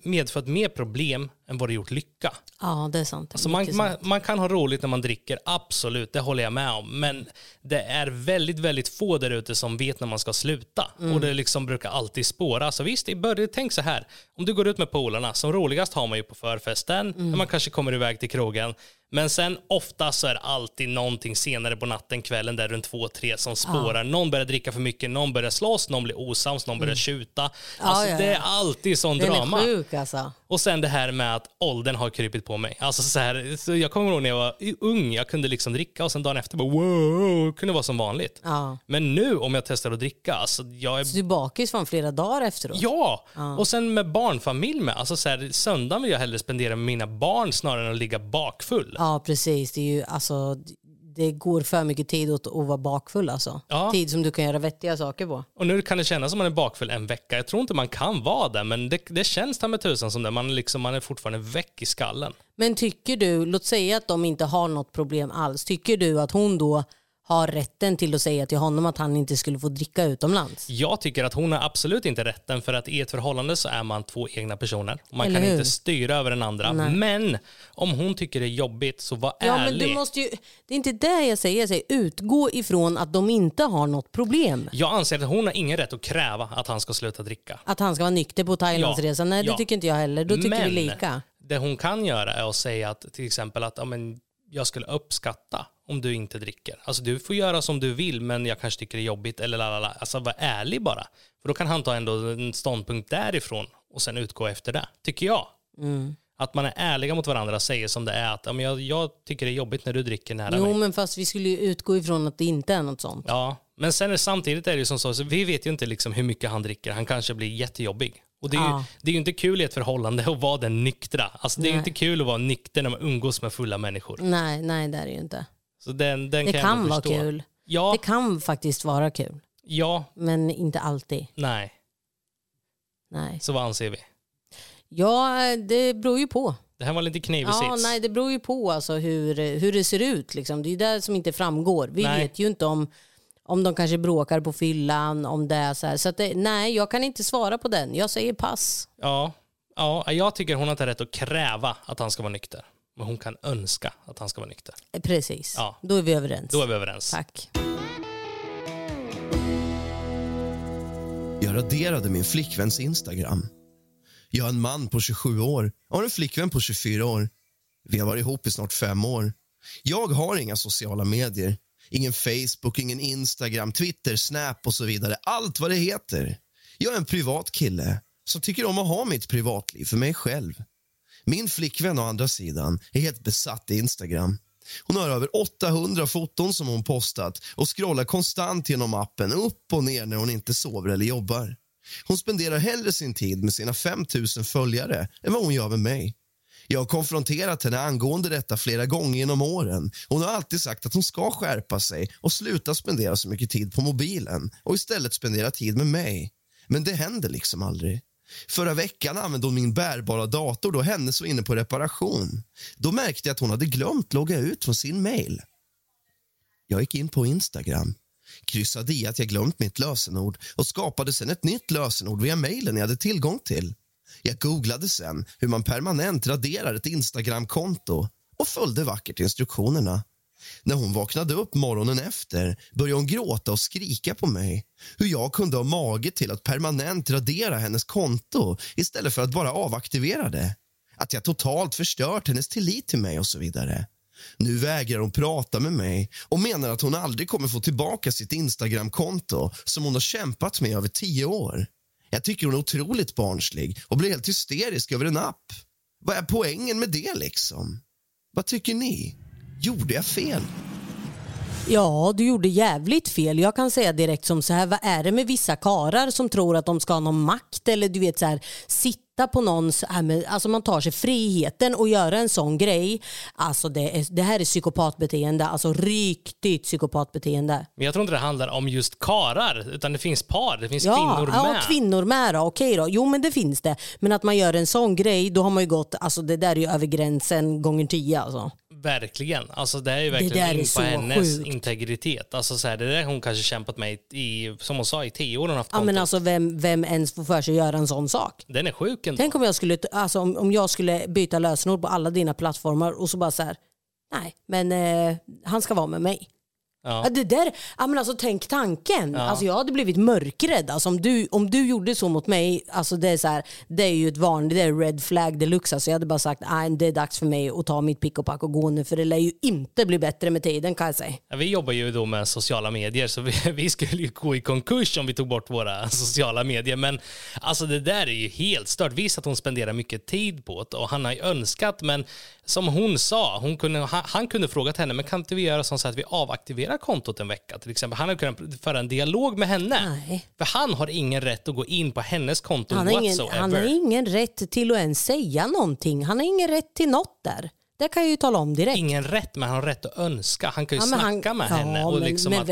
mer problem än vad det gjort lycka. Ja, det är sant. Alltså man kan ha roligt när man dricker, absolut, det håller jag med om. Men det är väldigt, väldigt få där ute som vet när man ska sluta. Och det liksom brukar alltid spåra. Så visst, i början, tänk så här. Om du går ut med polarna, som roligast har man ju på förfesten, när man kanske kommer iväg till krogen. Men sen ofta så är det alltid någonting senare på natten, kvällen där runt 2-3 som spårar. Någon börjar dricka för mycket, någon börjar slåss, någon blir osams, någon börjar tjuta. Alltså det är alltid sån drama. Den är sjuk alltså. Och sen det här med att åldern har krypit på mig. Alltså så jag kommer ihåg när jag var ung, jag kunde liksom dricka och sen dagen efter bara wow, kunde vara som vanligt. Ja. Men nu om jag testar att dricka, alltså jag är... Så du bakis från flera dagar efteråt? Ja, och sen med barnfamilj med. Alltså så här, söndagen vill jag hellre spendera med mina barn snarare än att ligga bakfull. Ja, precis. Det är ju alltså... Det går för mycket tid åt att vara bakfull alltså. Ja. Tid som du kan göra vettiga saker på. Och nu kan det kännas som man är bakfull en vecka. Jag tror inte man kan vara det, men det känns där med tusen som det. Man är fortfarande väck i skallen. Men tycker du, låt säga att de inte har något problem alls. Tycker du att hon då har rätten till att säga till honom att han inte skulle få dricka utomlands? Jag tycker att hon har absolut inte rätten, för att i ett förhållande så är man två egna personer. Man kan inte styra över den andra. Nej. Men om hon tycker det är jobbigt, så var ärlig. Men du måste ju, det är inte det jag säger. Utgå ifrån att de inte har något problem. Jag anser att hon har ingen rätt att kräva att han ska sluta dricka. Att han ska vara nykter på Thailandsresan? Nej, det tycker inte jag heller. Då tycker vi lika. Det hon kan göra är att säga att till exempel att jag skulle uppskatta om du inte dricker. Alltså du får göra som du vill, men jag kanske tycker det är jobbigt. Eller lalala. Alltså var ärlig bara. För då kan han ta ändå en ståndpunkt därifrån och sen utgå efter det, tycker jag. Att man är ärliga mot varandra och säger som det är. Att jag tycker det är jobbigt när du dricker nära mig. Jo, men fast vi skulle ju utgå ifrån att det inte är något sånt. Ja, men sen samtidigt är det ju som så vi vet ju inte liksom hur mycket han dricker. Han kanske blir jättejobbig. Och det är ju inte kul i ett förhållande att vara den nyktra. Alltså det är ju inte kul att vara nykter när man umgås med fulla människor. Nej, det är det ju inte. Så den det kan vara kul. Ja. Det kan faktiskt vara kul. Ja. Men inte alltid. Nej. Så vad anser vi? Ja, det beror ju på. Det här var lite knivig sits. Nej, det beror ju på alltså hur det ser ut. Liksom. Det är ju det som inte framgår. Vi vet ju inte om de kanske bråkar på fyllan, om det är så här. Så att jag kan inte svara på den. Jag säger pass. Ja, jag tycker hon har inte rätt att kräva att han ska vara nykter. Men hon kan önska att han ska vara nykter. Precis. Ja. Då är vi överens. Tack. Jag raderade min flickväns Instagram. Jag är en man på 27 år och har en flickvän på 24 år. Vi har varit ihop i snart 5 år. Jag har inga sociala medier. Ingen Facebook, ingen Instagram, Twitter, Snap och så vidare. Allt vad det heter. Jag är en privat kille som tycker om att ha mitt privatliv för mig själv. Min flickvän å andra sidan är helt besatt i Instagram. Hon har över 800 foton som hon postat och scrollar konstant genom appen upp och ner när hon inte sover eller jobbar. Hon spenderar hellre sin tid med sina 5000 följare än vad hon gör med mig. Jag har konfronterat henne angående detta flera gånger genom åren. Hon har alltid sagt att hon ska skärpa sig och sluta spendera så mycket tid på mobilen och istället spendera tid med mig. Men det händer liksom aldrig. Förra veckan använde hon min bärbara dator då hennes var inne på reparation. Då märkte jag att hon hade glömt logga ut från sin mail. Jag gick in på Instagram, kryssade i att jag glömt mitt lösenord och skapade sedan ett nytt lösenord via mailen jag hade tillgång till. Jag googlade sen hur man permanent raderar ett Instagram-konto och följde vackert instruktionerna. När hon vaknade upp morgonen efter började hon gråta och skrika på mig. Hur jag kunde ha mage till att permanent radera hennes konto istället för att bara avaktivera det. Att jag totalt förstört hennes tillit till mig och så vidare. Nu vägrar hon prata med mig och menar att hon aldrig kommer få tillbaka sitt Instagram-konto som hon har kämpat med över 10 år. Jag tycker hon är otroligt barnslig och blir helt hysterisk över en app. Vad är poängen med det liksom? Vad tycker ni? Gjorde jag fel? Ja, du gjorde jävligt fel. Jag kan säga direkt som så här, vad är det med vissa karar som tror att de ska ha någon makt eller du vet så här, sitta på någons, alltså man tar sig friheten och göra en sån grej. Alltså det här är psykopatbeteende, alltså riktigt psykopatbeteende. Men jag tror inte det handlar om just karar, utan det finns par, det finns kvinnor med. Ja, kvinnor med då. Okej då. Jo, men det finns det. Men att man gör en sån grej, då har man ju gått, alltså det där är ju över gränsen gånger 10 alltså. Verkligen. Alltså det är ju verkligen in på hennes sjukt. Integritet. Alltså så här, det där hon kanske kämpat med i, som hon sa, i 10 år hon haft kontot. Ja, men alltså vem ens får för sig göra en sån sak? Den är sjuk ändå. Tänk om jag skulle, alltså om jag skulle byta lösenord på alla dina plattformar och så bara så här, nej, men han ska vara med mig. Ja. Det där, ja, men alltså tänk tanken. Ja. Alltså jag hade blivit mörkrädd. Alltså om du gjorde så mot mig, alltså det är så här, det är ju ett vanligt, det är red flag deluxe. Alltså jag hade bara sagt, nej, det är dags för mig att ta mitt pick och pack och gå nu, för det lär ju inte bli bättre med tiden, kan jag säga. Ja, vi jobbar ju då med sociala medier, så vi skulle ju gå i konkurs om vi tog bort våra sociala medier. Men alltså det där är ju helt stört. Visst att hon spenderar mycket tid på det och han har ju önskat, men som hon sa, han kunde frågat henne, men kan inte vi göra så att vi avaktiverar kontot en vecka till exempel? Han hade kunnat föra en dialog med henne. Nej. För han har ingen rätt att gå in på hennes konto whatsoever. Han har ingen rätt till att ens säga någonting. Han har ingen rätt till något där. Det kan jag ju tala om direkt. Ingen rätt, men han har rätt att önska. Han kan ju snacka med henne. Och,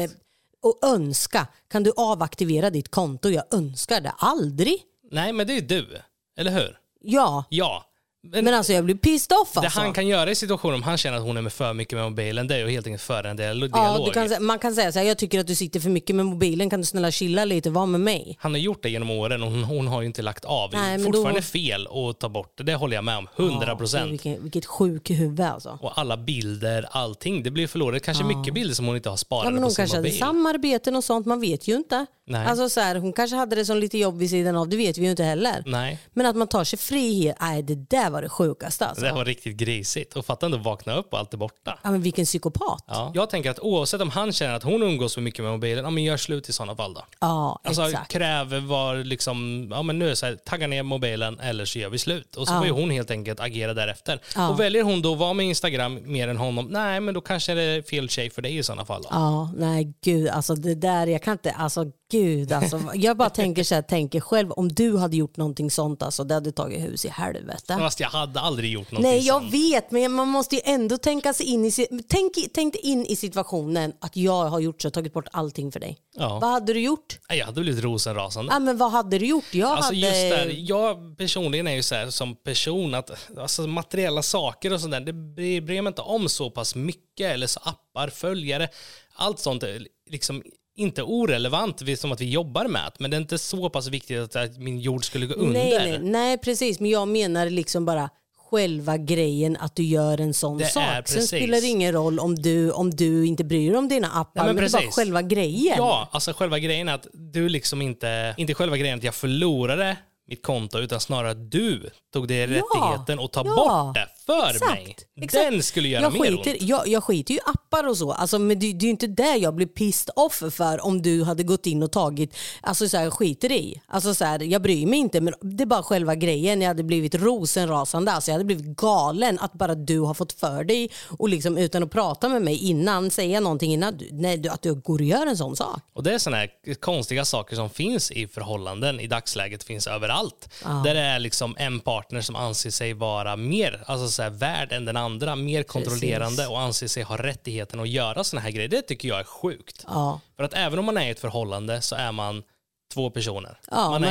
och önska. Kan du avaktivera ditt konto? Jag önskar det aldrig. Nej, men det är ju du. Eller hur? Ja. Ja. Men alltså jag blir pissed off alltså. Det han kan göra i situationen om han känner att hon är med för mycket med mobilen, det är ju helt enkelt föra en dialog. Ja, man kan säga så här, jag tycker att du sitter för mycket med mobilen, kan du snälla chilla lite, var med mig. Han har gjort det genom åren och hon har ju inte lagt av. Nej, fortfarande fel att ta bort det håller jag med om, 100%. Ja, vilket sjuk huvud alltså. Och alla bilder, allting, det blir förlorat. Kanske mycket bilder som hon inte har sparat på sin mobil. Men hon kanske hade samarbeten och sånt, man vet ju inte. Nej. Alltså så här, hon kanske hade det som lite jobb vid sidan av, det vet vi ju inte heller. Nej. Men att man tar sig frihet, nej, det där var det sjukaste alltså. Det var riktigt grisigt. Och fatta ändå vakna upp och allt är borta. Ja, men vilken psykopat. Ja. Jag tänker att oavsett om han känner att hon umgås för mycket med mobilen, ja men gör slut i sådana fall då. Ja, alltså, exakt. Kräver var liksom, ja men nu är det så här, tagga ner mobilen eller så gör vi slut. Och så får ju hon helt enkelt agera därefter. Ja. Och väljer hon då att vara med Instagram mer än honom, nej men då kanske det är fel tjej för dig i sådana fall då. Ja, nej gud, alltså det där, jag kan inte, alltså gud, alltså jag bara tänker så här, tänker själv, om du hade gjort någonting sånt, alltså det hade tagit hus i helvete. Fast jag hade aldrig gjort någonting sånt. Nej, jag sånt. vet, men man måste ju ändå tänka sig in i, tänk in i situationen att jag har gjort så, tagit bort allting för dig. Ja. Vad hade du gjort? Jag hade blivit rosenrasande. Ja, men vad hade du gjort? Just där, jag personligen är ju så här som person att alltså, materiella saker och sånt där, det bryr mig inte om så pass mycket, eller så appar, följare, allt sånt är liksom inte orelevant som att vi jobbar med, men det är inte så pass viktigt att min jord skulle gå under. Nej, precis, men jag menar liksom bara själva grejen att du gör en sån sak. Sen spelar det ingen roll om du inte bryr dig om dina appar, men det är bara själva grejen. Ja, alltså själva grejen är att du liksom inte själva grejen att jag förlorade mitt konto, utan snarare att du tog dig rättigheten och ta bort det för mig. Exakt. Den skulle göra mer ont. Jag skiter ju i appar och så. Alltså, men det är ju inte där jag blir pissed off för om du hade gått in och tagit, alltså så här, skiter i. Alltså så här, jag bryr mig inte, men det är bara själva grejen. Jag hade blivit rosenrasande. Alltså jag hade blivit galen att bara du har fått för dig och liksom utan att prata med mig innan, säga någonting innan, att du går och gör en sån sak. Och det är såna här konstiga saker som finns i förhållanden i dagsläget, finns överallt. Där det är liksom en partner som anser sig vara mer, alltså så här, värd än den andra, mer kontrollerande och anser sig ha rättigheten att göra såna här grejer. Det tycker jag är sjukt. För att även om man är i ett förhållande så är man två personer. Ja, man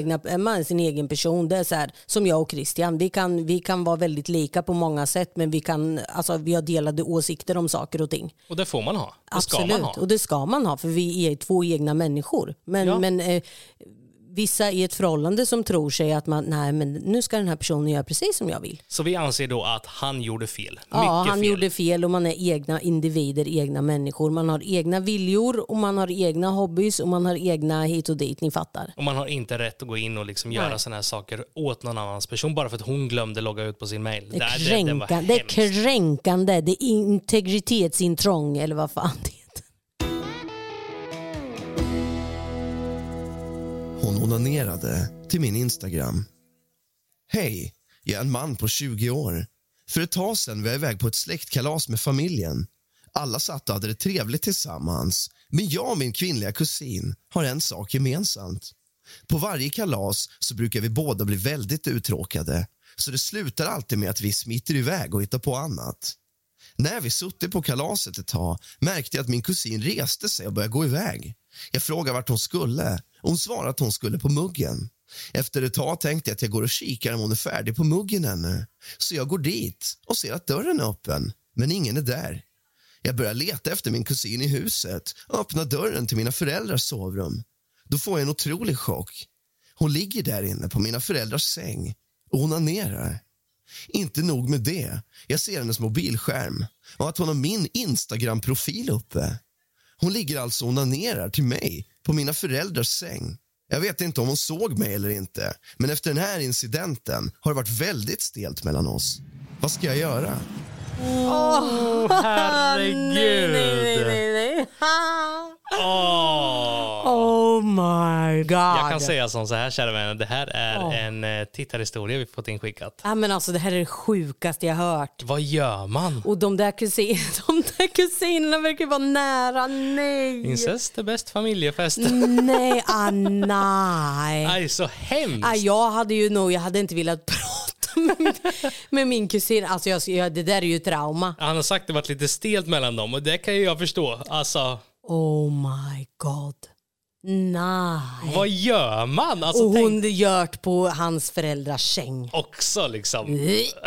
är sin egen person. Det är så här, som jag och Christian, vi kan vara väldigt lika på många sätt, men vi har delade åsikter om saker och ting. Och det får man ha. Det Absolut, ska man ha. Och det ska man ha, för vi är två egna människor. Men vissa i ett förhållande som tror sig att nej, men nu ska den här personen göra precis som jag vill. Så vi anser då att han gjorde fel. Ja, han gjorde fel och man är egna individer, egna människor. Man har egna viljor och man har egna hobbys och man har egna hit och dit, ni fattar. Och man har inte rätt att gå in och liksom göra såna här saker åt någon annans person bara för att hon glömde logga ut på sin mail. Det är kränkande, det är integritetsintrång eller vad fan det heter. Hon onanerade till min Instagram. Hej, jag är en man på 20 år. För ett tag sedan var jag iväg på ett släktkalas med familjen. Alla satt och hade det trevligt tillsammans. Men jag och min kvinnliga kusin har en sak gemensamt. På varje kalas så brukar vi båda bli väldigt uttråkade. Så det slutar alltid med att vi smiter iväg och hittar på annat. När vi suttit på kalaset ett tag märkte jag att min kusin reste sig och började gå iväg. Jag frågade vart hon skulle och hon svarade att hon skulle på muggen. Efter ett tag tänkte jag att jag går och kikar om hon är färdig på muggen ännu. Så jag går dit och ser att dörren är öppen, men ingen är där. Jag börjar leta efter min kusin i huset och öppnar dörren till mina föräldrars sovrum. Då får jag en otrolig chock. Hon ligger där inne på mina föräldrars säng och onanerar. Inte nog med det, jag ser hennes mobilskärm och att hon har min Instagram-profil uppe. Hon ligger alltså och onanerar till mig på mina föräldrars säng. Jag vet inte om hon såg mig eller inte, men efter den här incidenten har det varit väldigt stelt mellan oss. Vad ska jag göra? Herregud. Nej. Oh my god. Jag kan säga som så här, kära vänner, det här är en tittarhistoria vi fått inskickat. Ja, men alltså det här är det sjukaste jag hört. Vad gör man? Och de där kusinerna verkar vara nära. Nej. Incest är bäst familjefest. Nej, nej. Aj, så hemskt. Jag hade inte velat prata med min kusin. Alltså det där är ju trauma. Han har sagt att det varit lite stelt mellan dem och det kan ju jag förstå. Alltså, oh my god. Nej. vad gör man? Alltså, och hon gjort på hans föräldrars säng. Också liksom.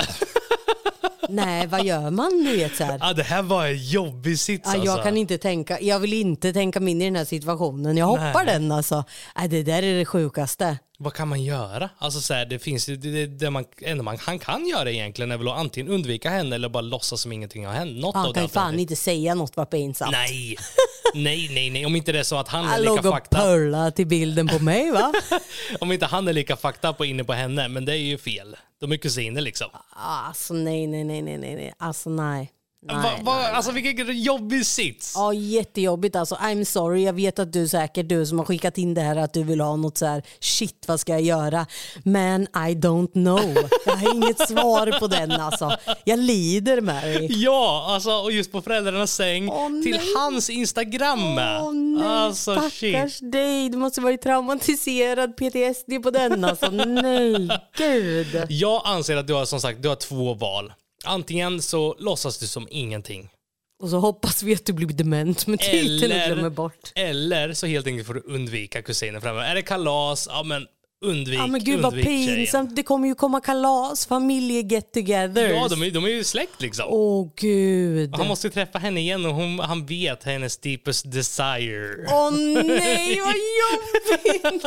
Nej, vad gör man nu så här? Ja, det här var en jobbig sits alltså. Jag vill inte tänka mig in i den här situationen. Jag hoppar den alltså. Det där är det sjukaste. Vad kan man göra? Alltså så här, det finns ju han kan göra egentligen är väl att antingen undvika henne eller bara låtsas som ingenting har hänt. Han kan ju fan inte säga något var pinsamt. Nej. Om inte det är så att han är lika lika fakta. Han låg och pölla till bilden på mig, va? Om inte han är lika fakta på inne på henne, men det är ju fel. De är kusiner liksom. Alltså nej. Alltså nej. Alltså vilken jobbig sits. Ja, jättejobbigt alltså. I'm sorry, jag vet att du som har skickat in det här att du vill ha något så här, shit vad ska jag göra? Men I don't know. Jag har inget svar på den alltså. Jag lider med dig. Ja, alltså och just på föräldrarnas säng till hans Instagram. Alltså stackars dig, du måste vara traumatiserad PTSD på den alltså. Nej, gud. Jag anser att du har två val. Antingen så låtsas du som ingenting. Och så hoppas vi att du blir dement med titeln och glömmer bort. Eller så helt enkelt får du undvika kusinen framöver. Är det kalas? Ja, men undvik. Ja, men gud vad pinsamt. Det kommer ju komma kalas, familje get together. Ja, de är ju släkt liksom. Åh gud. Han måste träffa henne igen och han vet hennes deepest desire. Åh nej, vad jobbigt.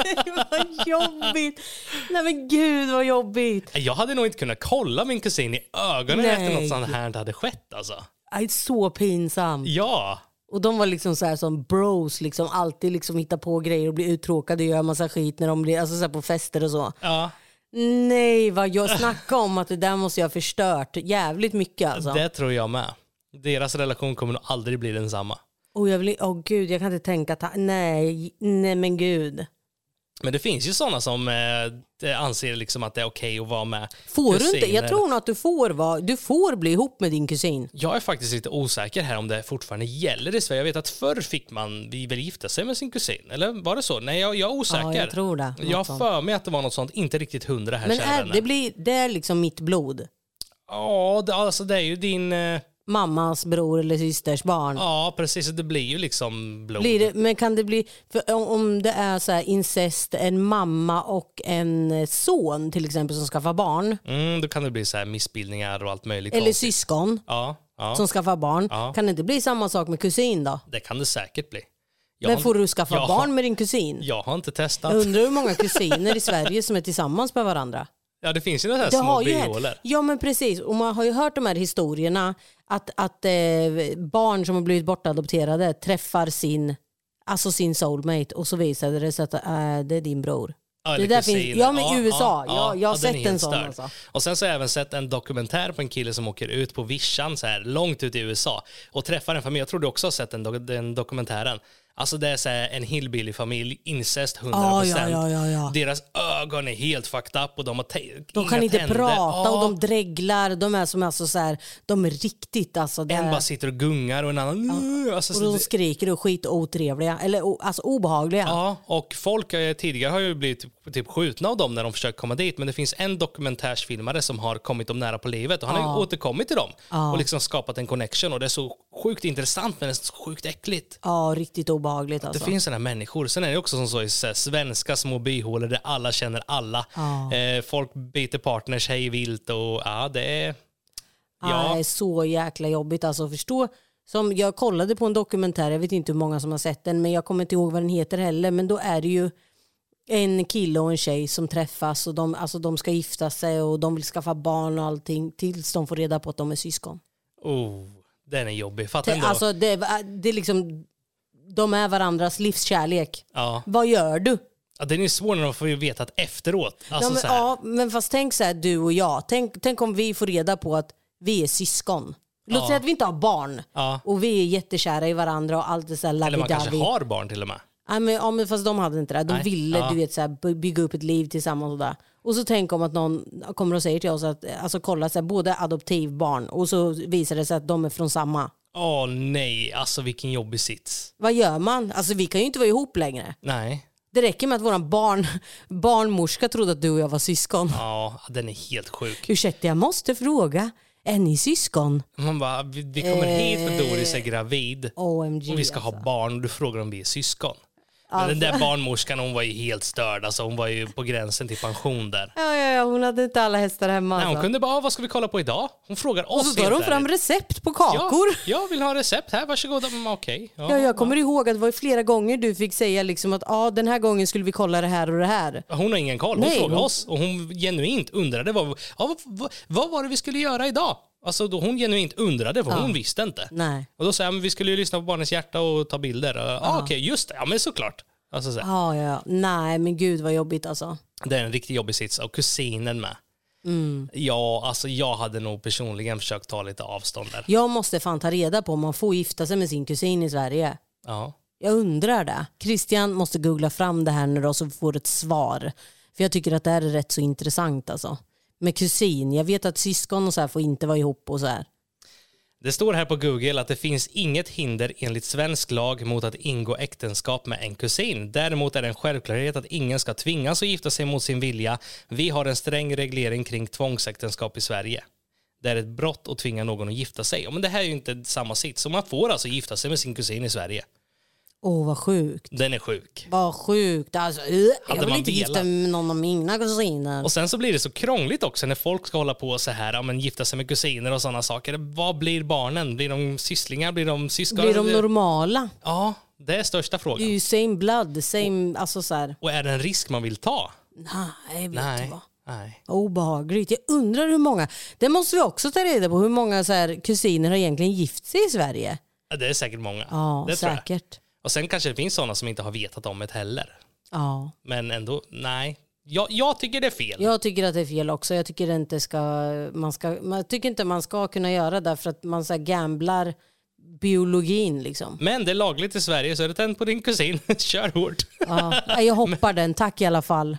Nej men gud vad jobbigt. Jag hade nog inte kunnat kolla min kusin i ögonen efter något sånt här hade skett alltså. Det är så pinsamt. Ja. Och de var liksom så här som bros, liksom alltid liksom hitta på grejer och bli uttråkade och göra massa skit när de blir, alltså så här på fester och så. Ja. Nej, vad jag snackar om att det där måste jag ha förstört jävligt mycket alltså. Det tror jag med. Deras relation kommer nog aldrig bli densamma. Och gud, jag kan inte tänka att nej men gud. Men det finns ju sådana som anser liksom att det är okej att vara med får kusiner. Du inte? Jag tror nog att du får bli ihop med din kusin. Jag är faktiskt lite osäker här om det fortfarande gäller i Sverige. Jag vet att förr fick man väl gifta sig med sin kusin. Eller var det så? Nej, jag är osäker. Ja, jag tror det. Jag har för mig att det var något sånt. Inte riktigt 100 här. Men det är liksom mitt blod. Ja, det är ju din... mammas bror eller systers barn. Ja, precis. Det blir ju liksom blod. Men kan det bli, för om det är så här incest, en mamma och en son till exempel som skaffar barn. Då kan det bli så här missbildningar och allt möjligt. Eller konstigt. Syskon som skaffar barn. Ja. Kan det inte bli samma sak med kusin då? Det kan det säkert bli. Men får du skaffa barn med din kusin? Jag har inte testat. Jag undrar hur många kusiner i Sverige som är tillsammans med varandra. Ja, det finns ju några små byhålor. Ja, men precis. Och man har ju hört de här historierna att barn som har blivit bortadopterade träffar sin soulmate och så visade det sig att det är din bror. Ja, det där finns, men i USA. Jag har sett en sån. Alltså. Och sen så har jag även sett en dokumentär på en kille som åker ut på vischan så här långt ut i USA och träffar en familj. Jag tror du också har sett den dokumentären. Alltså det är så här en hillbilly-familj, incest 100%. Ja. Deras ögon är helt fucked up och de har de kan inte prata och de dreglar. De är som alltså så här, de är riktigt alltså. En bara sitter och gungar och en annan... Alltså, och de skriker och skit otrevliga, eller alltså obehagliga. Ja, och folk tidigare har ju blivit typ skjutna av dem när de försöker komma dit. Men det finns en dokumentärsfilmare som har kommit dem nära på livet och han har ju återkommit till dem och liksom skapat en connection och det är så sjukt intressant men det är så sjukt äckligt. Ja, riktigt obehagligt. Alltså. Det finns sådana människor. Sen är det också som så i svenska små byhålor där alla känner alla. Folk byter partners hej vilt och det är... Ja. Det är så jäkla jobbigt alltså att förstå. Som jag kollade på en dokumentär, jag vet inte hur många som har sett den men jag kommer inte ihåg vad den heter heller, men då är det ju en kille och en tjej som träffas och de ska gifta sig och de vill skaffa barn och allting tills de får reda på att de är syskon. Den är jobbig. Fattar ändå. Alltså det är liksom, de är varandras livskärlek. Ja. Vad gör du? Ja, det är svårt när de får ju veta att efteråt. Alltså, men fast tänk så här, du och jag. Tänk om vi får reda på att vi är syskon. Låt säga att vi inte har barn. Och vi är jättekära i varandra och allt är så här eller man kanske har barn till och med. Men fast de hade inte det. De ville du vet, så här, bygga upp ett liv tillsammans och där. Och så tänk om att någon kommer och säger till oss att alltså, kolla så här, både adoptivbarn och så visar det sig att de är från samma. Nej, alltså vilken jobbig sits. Vad gör man? Alltså vi kan ju inte vara ihop längre. Nej. Det räcker med att våran barnmorska trodde att du och jag var syskon. Ja, den är helt sjuk. Ursäkta, jag måste fråga. Är ni syskon? Man bara, vi kommer hit för Doris är gravid. OMG, och vi ska ha barn och du frågar om vi är syskon. Men den där barnmorskan, hon var ju helt störd. Alltså, hon var ju på gränsen till pension där. Ja, hon hade inte alla hästar hemma. Nej, hon alltså. kunde bara, vad ska vi kolla på idag? Hon frågar oss. Och så tar hon fram recept på kakor. Ja, vill ha recept här, varsågod. Okej. Ja, jag kommer ihåg att det var flera gånger du fick säga liksom att den här gången skulle vi kolla det här och det här. Hon har ingen koll, hon frågade oss. Och hon genuint undrade, vad var det vi skulle göra idag? Alltså då hon genuint undrade, för hon visste inte. Nej. Och då sa jag, men vi skulle ju lyssna på Barnens hjärta och ta bilder. Okej, just det. Ja, men såklart. Alltså, så. Ja. Nej, men gud vad jobbigt alltså. Det är en riktigt jobbig sits. Och kusinen med. Ja, alltså jag hade nog personligen försökt ta lite avstånd där. Jag måste fan ta reda på om man får gifta sig med sin kusin i Sverige. Ja. Jag undrar det. Christian måste googla fram det här nu då, så vi får ett svar. För jag tycker att det här är rätt så intressant alltså. Med kusin. Jag vet att syskon och så här får inte vara ihop och så här. Det står här på Google att det finns inget hinder enligt svensk lag mot att ingå äktenskap med en kusin. Däremot är det en självklarhet att ingen ska tvingas att gifta sig mot sin vilja. Vi har en sträng reglering kring tvångsäktenskap i Sverige. Det är ett brott att tvinga någon att gifta sig. Men det här är ju inte samma sitt. Så man får alltså gifta sig med sin kusin i Sverige. Vad sjukt. Den är sjuk. Vad sjukt. Alltså, jag vill inte gifta med någon av mina kusiner. Och sen så blir det så krångligt också när folk ska hålla på så här, men gifta sig med kusiner och sådana saker. Vad blir barnen? Blir de sysslingar? Blir de syskon? Blir de normala? Ja, det är största frågan. Det är ju same blood, same, alltså så här. Och är det en risk man vill ta? Nej, vet du vad. Nej. Obehagligt. Jag undrar hur många, det måste vi också ta reda på, hur många så här kusiner har egentligen gift sig i Sverige? Ja, det är säkert många. Ja, det säkert. Tror jag. Och sen kanske det finns sådana som inte har vetat om det heller. Ja. Men ändå, nej. Jag tycker det är fel. Jag tycker att det är fel också. Jag tycker inte man tycker inte man ska kunna göra det för att man så här gamblar biologin liksom. Men det är lagligt i Sverige så är det tänd på din kusin. Kör hårt. Ja, jag hoppar den. Tack i alla fall.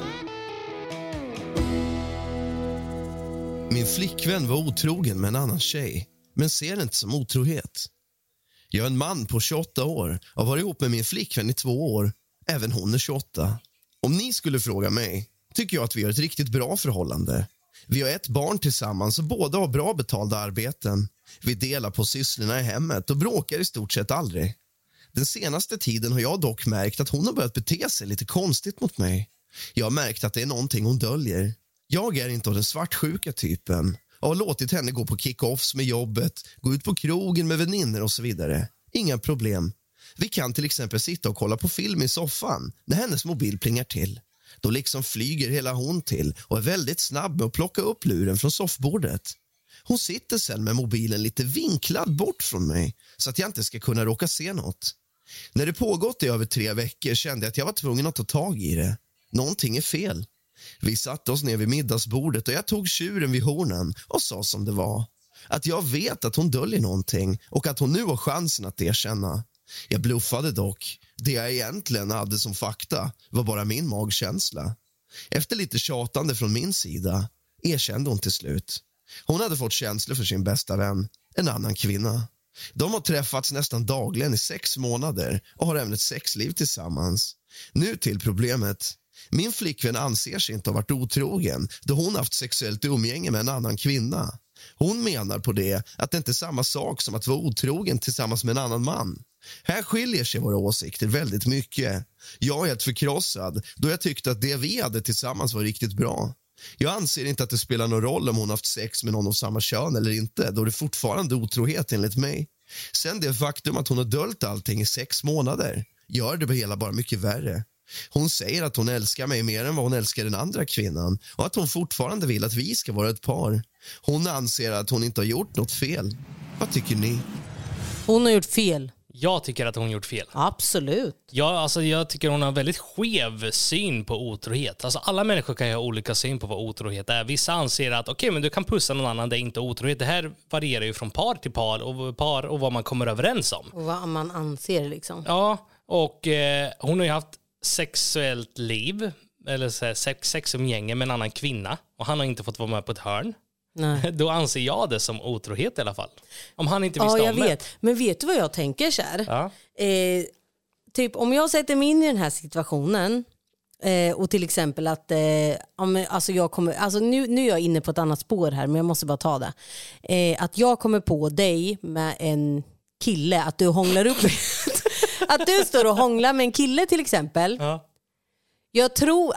Min flickvän var otrogen med en annan tjej, men ser det inte som otrohet. Jag är en man på 28 år och har varit ihop med min flickvän i 2 år. Även hon är 28. Om ni skulle fråga mig tycker jag att vi har ett riktigt bra förhållande. Vi har ett barn tillsammans och båda har bra betalda arbeten. Vi delar på sysslorna i hemmet och bråkar i stort sett aldrig. Den senaste tiden har jag dock märkt att hon har börjat bete sig lite konstigt mot mig. Jag har märkt att det är någonting hon döljer. Jag är inte av den svartsjuka typen och har låtit henne gå på kick-offs med jobbet, gå ut på krogen med vänner och så vidare. Inga problem. Vi kan till exempel sitta och kolla på film i soffan när hennes mobil plingar till. Då liksom flyger hela hon till och är väldigt snabb med att plocka upp luren från soffbordet. Hon sitter sen med mobilen lite vinklad bort från mig så att jag inte ska kunna råka se något. När det pågått i över 3 veckor kände jag att jag var tvungen att ta tag i det. Någonting är fel. Vi satte oss ner vid middagsbordet och jag tog tjuren vid hornen och sa som det var. Att jag vet att hon döljer någonting och att hon nu har chansen att erkänna. Jag bluffade dock. Det jag egentligen hade som fakta var bara min magkänsla. Efter lite tjatande från min sida erkände hon till slut. Hon hade fått känslor för sin bästa vän, en annan kvinna. De har träffats nästan dagligen i 6 månader och har även ett sexliv tillsammans. Nu till problemet. Min flickvän anser sig inte ha varit otrogen då hon haft sexuellt umgänge med en annan kvinna. Hon menar på det att det inte är samma sak som att vara otrogen tillsammans med en annan man. Här skiljer sig våra åsikter väldigt mycket. Jag är helt förkrossad då jag tyckte att det vi hade tillsammans var riktigt bra. Jag anser inte att det spelar någon roll om hon haft sex med någon av samma kön eller inte, då det fortfarande är otrohet enligt mig. Sen det faktum att hon har döljt allting i 6 månader gör det hela bara mycket värre. Hon säger att hon älskar mig mer än vad hon älskar den andra kvinnan och att hon fortfarande vill att vi ska vara ett par. Hon anser att hon inte har gjort något fel. Vad tycker ni? Hon har gjort fel. Jag tycker att hon gjort fel. Absolut. Ja, alltså jag tycker hon har en väldigt skev syn på otrohet. Alltså alla människor kan ju ha olika syn på vad otrohet är. Vissa anser att okej, men du kan pussa någon annan, det är inte otrohet. Det här varierar ju från par till par och vad man kommer överens om. Och vad man anser liksom. Ja, och hon har ju haft sexuellt liv eller så här, sexumgänge med en annan kvinna och han har inte fått vara med på ett hörn. Nej. Då anser jag det som otrohet i alla fall. Om han inte visste ja, jag om vet. det. Men vet du vad jag tänker så här? Ja. Typ om jag sätter mig in i den här situationen och till exempel att alltså jag kommer, alltså nu är jag inne på ett annat spår här men jag måste bara ta det. Att jag kommer på dig med en kille, att du hånglar upp att du står och hånglar med en kille till exempel. Ja. Jag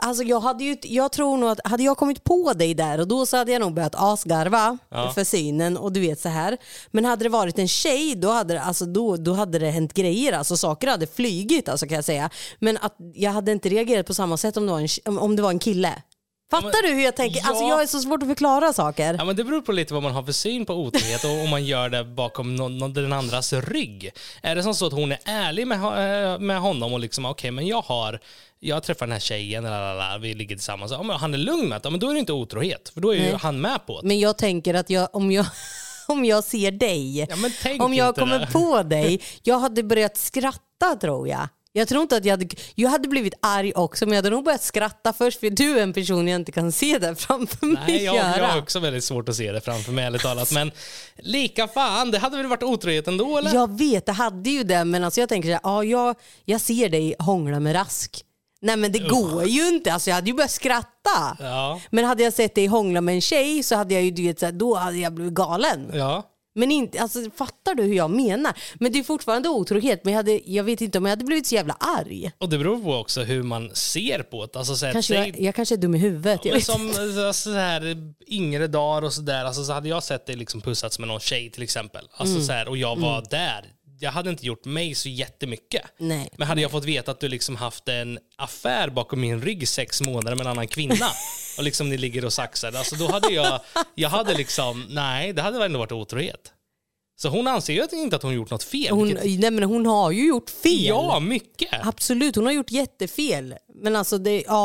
tror nog att hade jag kommit på dig där och då så hade jag nog börjat asgarva för synen och du vet så här. Men hade det varit en tjej då hade det hänt grejer, alltså saker hade flygit alltså kan jag säga. Men att jag hade inte reagerat på samma sätt om det var en kille. Fattar du hur jag tänker? Ja. Alltså jag är så svårt att förklara saker. Ja, men det beror på lite vad man har för syn på otrohet och om man gör det bakom den andras rygg. Är det som så att hon är ärlig med honom och liksom okej, men jag träffar den här tjejen eller vi ligger tillsammans. Om han är lugn med det, men då är det inte otrohet för då är ju han med på det. Men jag tänker att om jag ser dig, om jag kommer det. på dig, jag hade börjat skratta tror jag. Jag tror inte att jag hade blivit arg också, men jag hade nog börjat skratta först för du är en person jag inte kan se där framför mig. Nej, jag har också väldigt svårt att se det framför mig ärligt talat, men lika fan, det hade väl varit otrohet ändå eller? Jag vet, det hade ju det, men alltså jag tänker så här, jag ser dig hångla med Rask. Nej men det går ju inte, alltså jag hade ju börjat skratta. Ja. Men hade jag sett dig hångla med en tjej så hade jag ju då hade jag blivit galen. Ja. Men inte, alltså, fattar du hur jag menar? Men det är fortfarande otrohet. Men jag vet inte om jag hade blivit så jävla arg. Och det beror på också hur man ser på det. Alltså, så här, jag kanske är dum i huvudet. Ja, men som så här, yngre dagar och sådär. Alltså, så hade jag sett dig liksom pussats med någon tjej till exempel. Alltså, så här, och jag var där. Jag hade inte gjort mig så jättemycket. Nej. Men hade jag fått veta att du liksom haft en affär bakom min rygg i 6 månader med en annan kvinna och liksom ni ligger och saxar. Alltså, då hade jag hade liksom, nej, det hade väl ändå varit otrohet. Så hon anser ju inte att hon gjort något fel. Nej, men hon har ju gjort fel. Ja, mycket. Absolut, hon har gjort jättefel. Men alltså,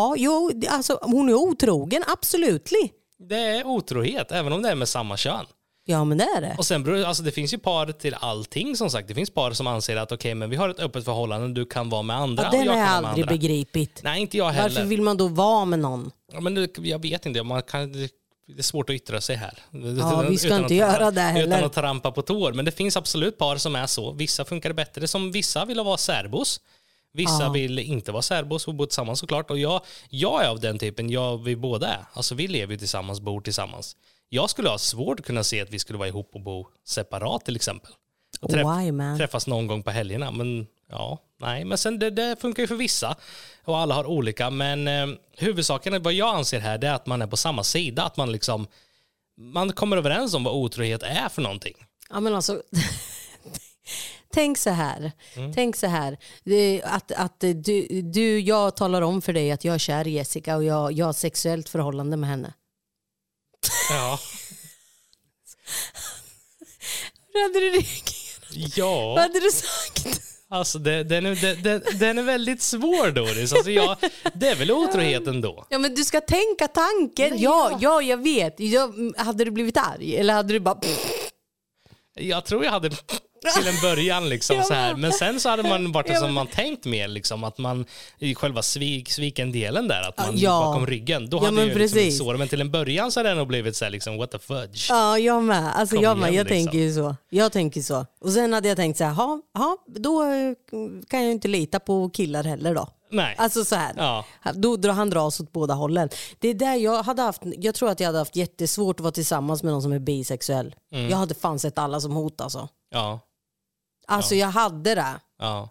hon är otrogen, absolut. Det är otrohet, även om det är med samma kön. Ja, men det är det. Och sen, alltså, det finns ju par till allting som sagt. Det finns par som anser att okej, men vi har ett öppet förhållande, du kan vara med andra. Ja, den och har jag jag kan aldrig med andra. begripit. Nej, inte jag heller. Varför vill man då vara med någon? Ja, men jag vet inte, det är svårt att yttra sig här. Ja, vi ska inte göra det heller. Utan att trampa på tår. Men det finns absolut par som är så. Vissa funkar bättre. Som vissa vill vara särbos. Vissa vill inte vara särbos och bo tillsammans såklart. Och jag är av den typen, vi båda är. Alltså vi lever tillsammans, bor tillsammans. Jag skulle ha svårt att kunna se att vi skulle vara ihop och bo separat till exempel. Och träffas någon gång på helgerna. Men men sen det funkar ju för vissa. Och alla har olika. Men huvudsaken, vad jag anser här, det är att man är på samma sida. Att man kommer överens om vad otrohet är för någonting. Ja, men alltså Tänk så här. Tänk så här. Att jag talar om för dig att jag är kär i Jessica och jag har sexuellt förhållande med henne. Ja. Hur hade du reagerat? Ja. Vad hade du sagt? Alltså den är väldigt svår, Doris. Alltså det är väl otrohet ändå. Ja, men du ska tänka tanken. Ja, jag vet. Hade du blivit arg? Eller hade du bara... Jag tror jag hade till en början liksom så här. Men sen så hade man varit som man tänkt mer liksom, att man i själva sviken delen där, att man bakom ryggen. Då hade ju liksom sår, men till en början så hade det nog blivit så här liksom what the fudge. Ja, jag med. Alltså Kom jag med. igen, Jag liksom. tänker ju så. Jag tänker så. Och sen hade jag tänkt så här, då kan jag inte lita på killar heller då. Nej. Alltså så här. Ja. Då han dras åt båda hållen. Det är där jag tror att jag hade haft jättesvårt att vara tillsammans med någon som är bisexuell. Jag hade fan sett alla som hot alltså. Ja. Alltså jag hade det. Ja.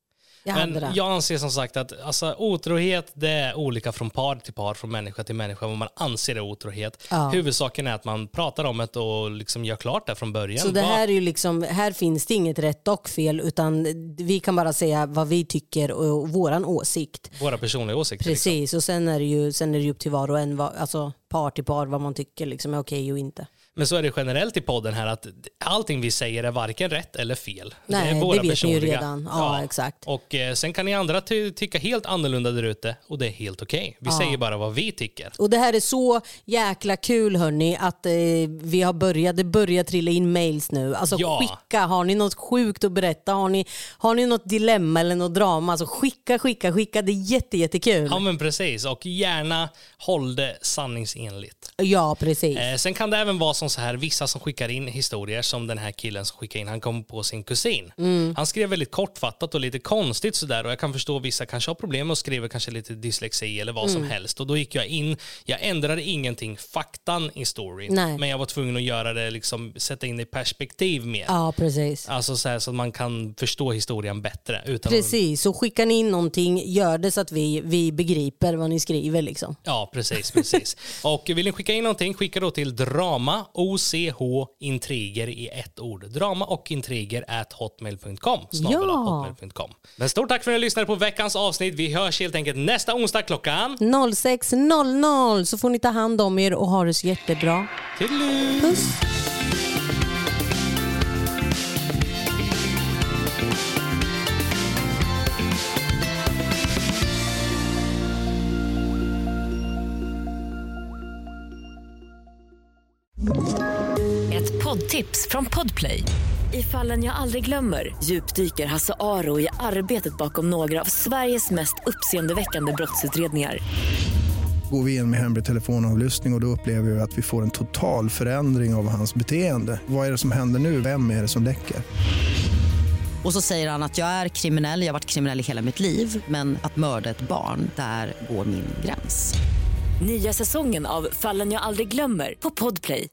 Men jag anser som sagt att alltså, otrohet, det är olika från par till par, från människa till människa, vad man anser är otrohet. Ja. Huvudsaken är att man pratar om det och liksom gör klart det från början. Så det här är ju liksom, här finns det inget rätt och fel, utan vi kan bara säga vad vi tycker och våran åsikt. Våra personliga åsikter. Precis, liksom. och sen är det ju upp till var och en, alltså par till par, vad man tycker liksom är okej och inte. Men så är det generellt i podden här att allting vi säger är varken rätt eller fel. Nej, det är våra det vet personliga. ni ju redan. Ja, exakt. Och sen kan ni andra tycka helt annorlunda där ute och det är helt okej. Vi säger bara vad vi tycker. Och det här är så jäkla kul hörni, att vi har börjat trilla in mails nu. Alltså skicka, har ni något sjukt att berätta? Har ni något dilemma eller något drama? Alltså skicka, det är jättekul. Ja men precis, och gärna håll det sanningsenligt. Ja, precis. Sen kan det även vara som så här, vissa som skickar in historier som den här killen som skickar in, han kom på sin kusin. Han skrev väldigt kortfattat och lite konstigt sådär, och jag kan förstå vissa kanske har problem och skriver kanske lite dyslexi eller vad som helst, och då gick jag in, jag ändrade ingenting faktan i storyn. Nej. Men jag var tvungen att göra det liksom, sätta in det i perspektiv mer. Ja, precis. Alltså så här, så att man kan förstå historien bättre utan Precis, så skickar ni in någonting, gör det så att vi begriper vad ni skriver liksom. Ja, precis. Och vill ni skicka in någonting, skicka då till drama OCH intriger i ett ord. Drama och intriger @hotmail.com. hotmail.com. Men stort tack för att ni lyssnade på veckans avsnitt. Vi hörs helt enkelt nästa onsdag klockan 06:00, så får ni ta hand om er och ha det så jättebra. Puss. Ett poddtips från Podplay. I Fallen jag aldrig glömmer djupdyker Hasse Aro i arbetet bakom några av Sveriges mest uppseendeväckande brottsutredningar. Går vi in med hemlig telefonavlyssning och då upplever vi att vi får en total förändring av hans beteende. Vad är det som händer nu? Vem är det som läcker? Och så säger han att jag är kriminell, jag har varit kriminell i hela mitt liv, men att mörda ett barn, där går min gräns. Nya säsongen av Fallen jag aldrig glömmer på Podplay.